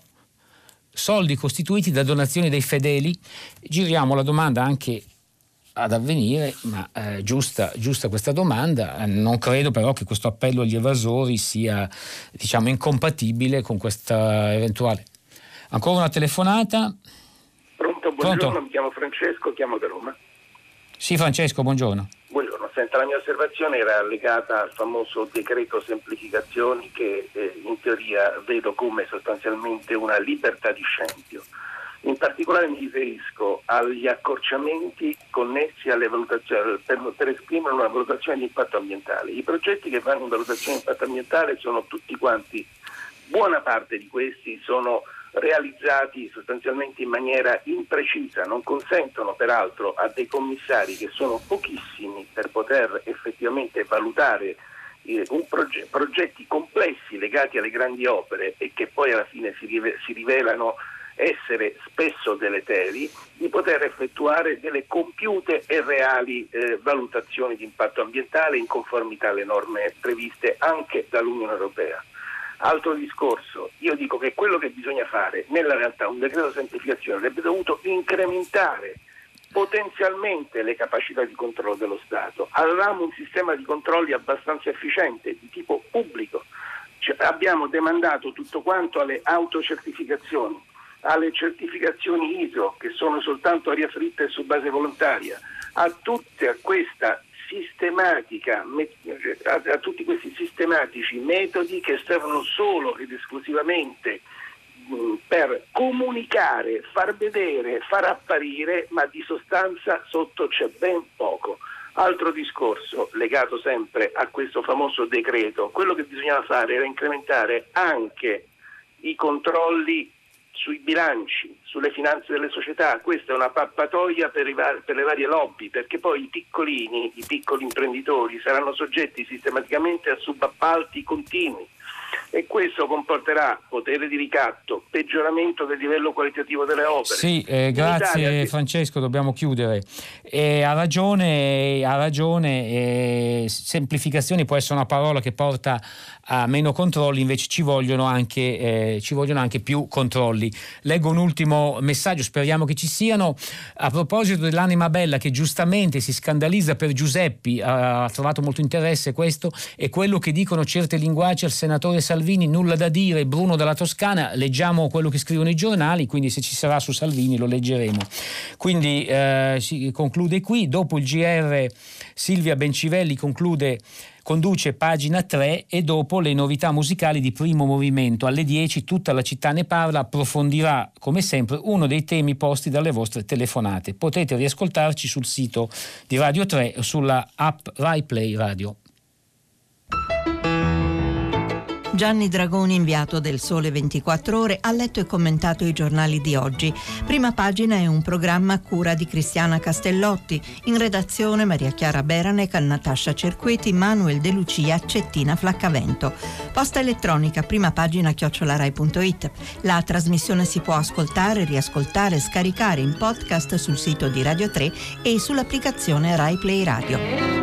soldi costituiti da donazioni dei fedeli? Giriamo la domanda anche ad Avvenire, ma eh, giusta, giusta questa domanda. Non credo però che questo appello agli evasori sia, diciamo, incompatibile con questa eventuale. Ancora una telefonata. Pronto, buongiorno. Pronto? Mi chiamo Francesco, chiamo da Roma. Sì, Francesco, buongiorno. Buongiorno, senta, la mia osservazione era legata al famoso decreto semplificazioni, che eh, in teoria vedo come sostanzialmente una libertà di scempio. In particolare mi riferisco agli accorciamenti connessi alle valutazioni per, per esprimere una valutazione di impatto ambientale. I progetti che fanno valutazione di impatto ambientale sono tutti quanti, buona parte di questi sono realizzati sostanzialmente in maniera imprecisa, non consentono peraltro a dei commissari, che sono pochissimi, per poter effettivamente valutare eh, un proge- progetti complessi legati alle grandi opere e che poi alla fine si, rive- si rivelano essere spesso deleteri, di poter effettuare delle compiute e reali eh, valutazioni di impatto ambientale in conformità alle norme previste anche dall'Unione Europea. Altro discorso, io dico che quello che bisogna fare, nella realtà un decreto di semplificazione avrebbe dovuto incrementare potenzialmente le capacità di controllo dello Stato. Avevamo un sistema di controlli abbastanza efficiente, di tipo pubblico, cioè, abbiamo demandato tutto quanto alle autocertificazioni, alle certificazioni I S O, che sono soltanto aria fritta e su base volontaria, a tutta questa sistematica, a, a tutti questi sistematici metodi che servono solo ed esclusivamente mh, per comunicare, far vedere, far apparire, ma di sostanza sotto c'è ben poco. Altro discorso legato sempre a questo famoso decreto, quello che bisognava fare era incrementare anche i controlli sui bilanci, sulle finanze delle società. Questa è una pappatoia per, i var- per le varie lobby, perché poi i piccolini, i piccoli imprenditori saranno soggetti sistematicamente a subappalti continui e questo comporterà potere di ricatto, peggioramento del livello qualitativo delle opere. Sì, eh, grazie Italia, Francesco, dobbiamo chiudere. Eh, ha ragione, ha ragione, eh, semplificazioni può essere una parola che porta a meno controlli, invece ci vogliono anche, eh, ci vogliono anche più controlli. Leggo un ultimo messaggio, speriamo che ci siano, a proposito dell'anima bella che giustamente si scandalizza per Giuseppi, ha trovato molto interesse questo, e quello che dicono certe linguacce al senatore Salvini, nulla da dire. Bruno dalla Toscana, leggiamo quello che scrivono i giornali, quindi se ci sarà su Salvini lo leggeremo. Quindi eh, si conclude qui. Dopo il G R Silvia Bencivelli conclude conduce Pagina tre e dopo le novità musicali di Primo Movimento. Alle dieci Tutta la città ne parla, approfondirà come sempre uno dei temi posti dalle vostre telefonate. Potete riascoltarci sul sito di Radio tre o sulla app Rai Play Radio. Gianni Dragoni, inviato del Sole ventiquattro Ore, ha letto e commentato i giornali di oggi. Prima Pagina è un programma a cura di Cristiana Castellotti. In redazione Maria Chiara Beranec, Natascia Cerqueti, Manuel De Lucia, Cettina Flaccavento. Posta elettronica primapagina chiocciola rai punto it. La trasmissione si può ascoltare, riascoltare, scaricare in podcast sul sito di Radio tre e sull'applicazione Rai Play Radio.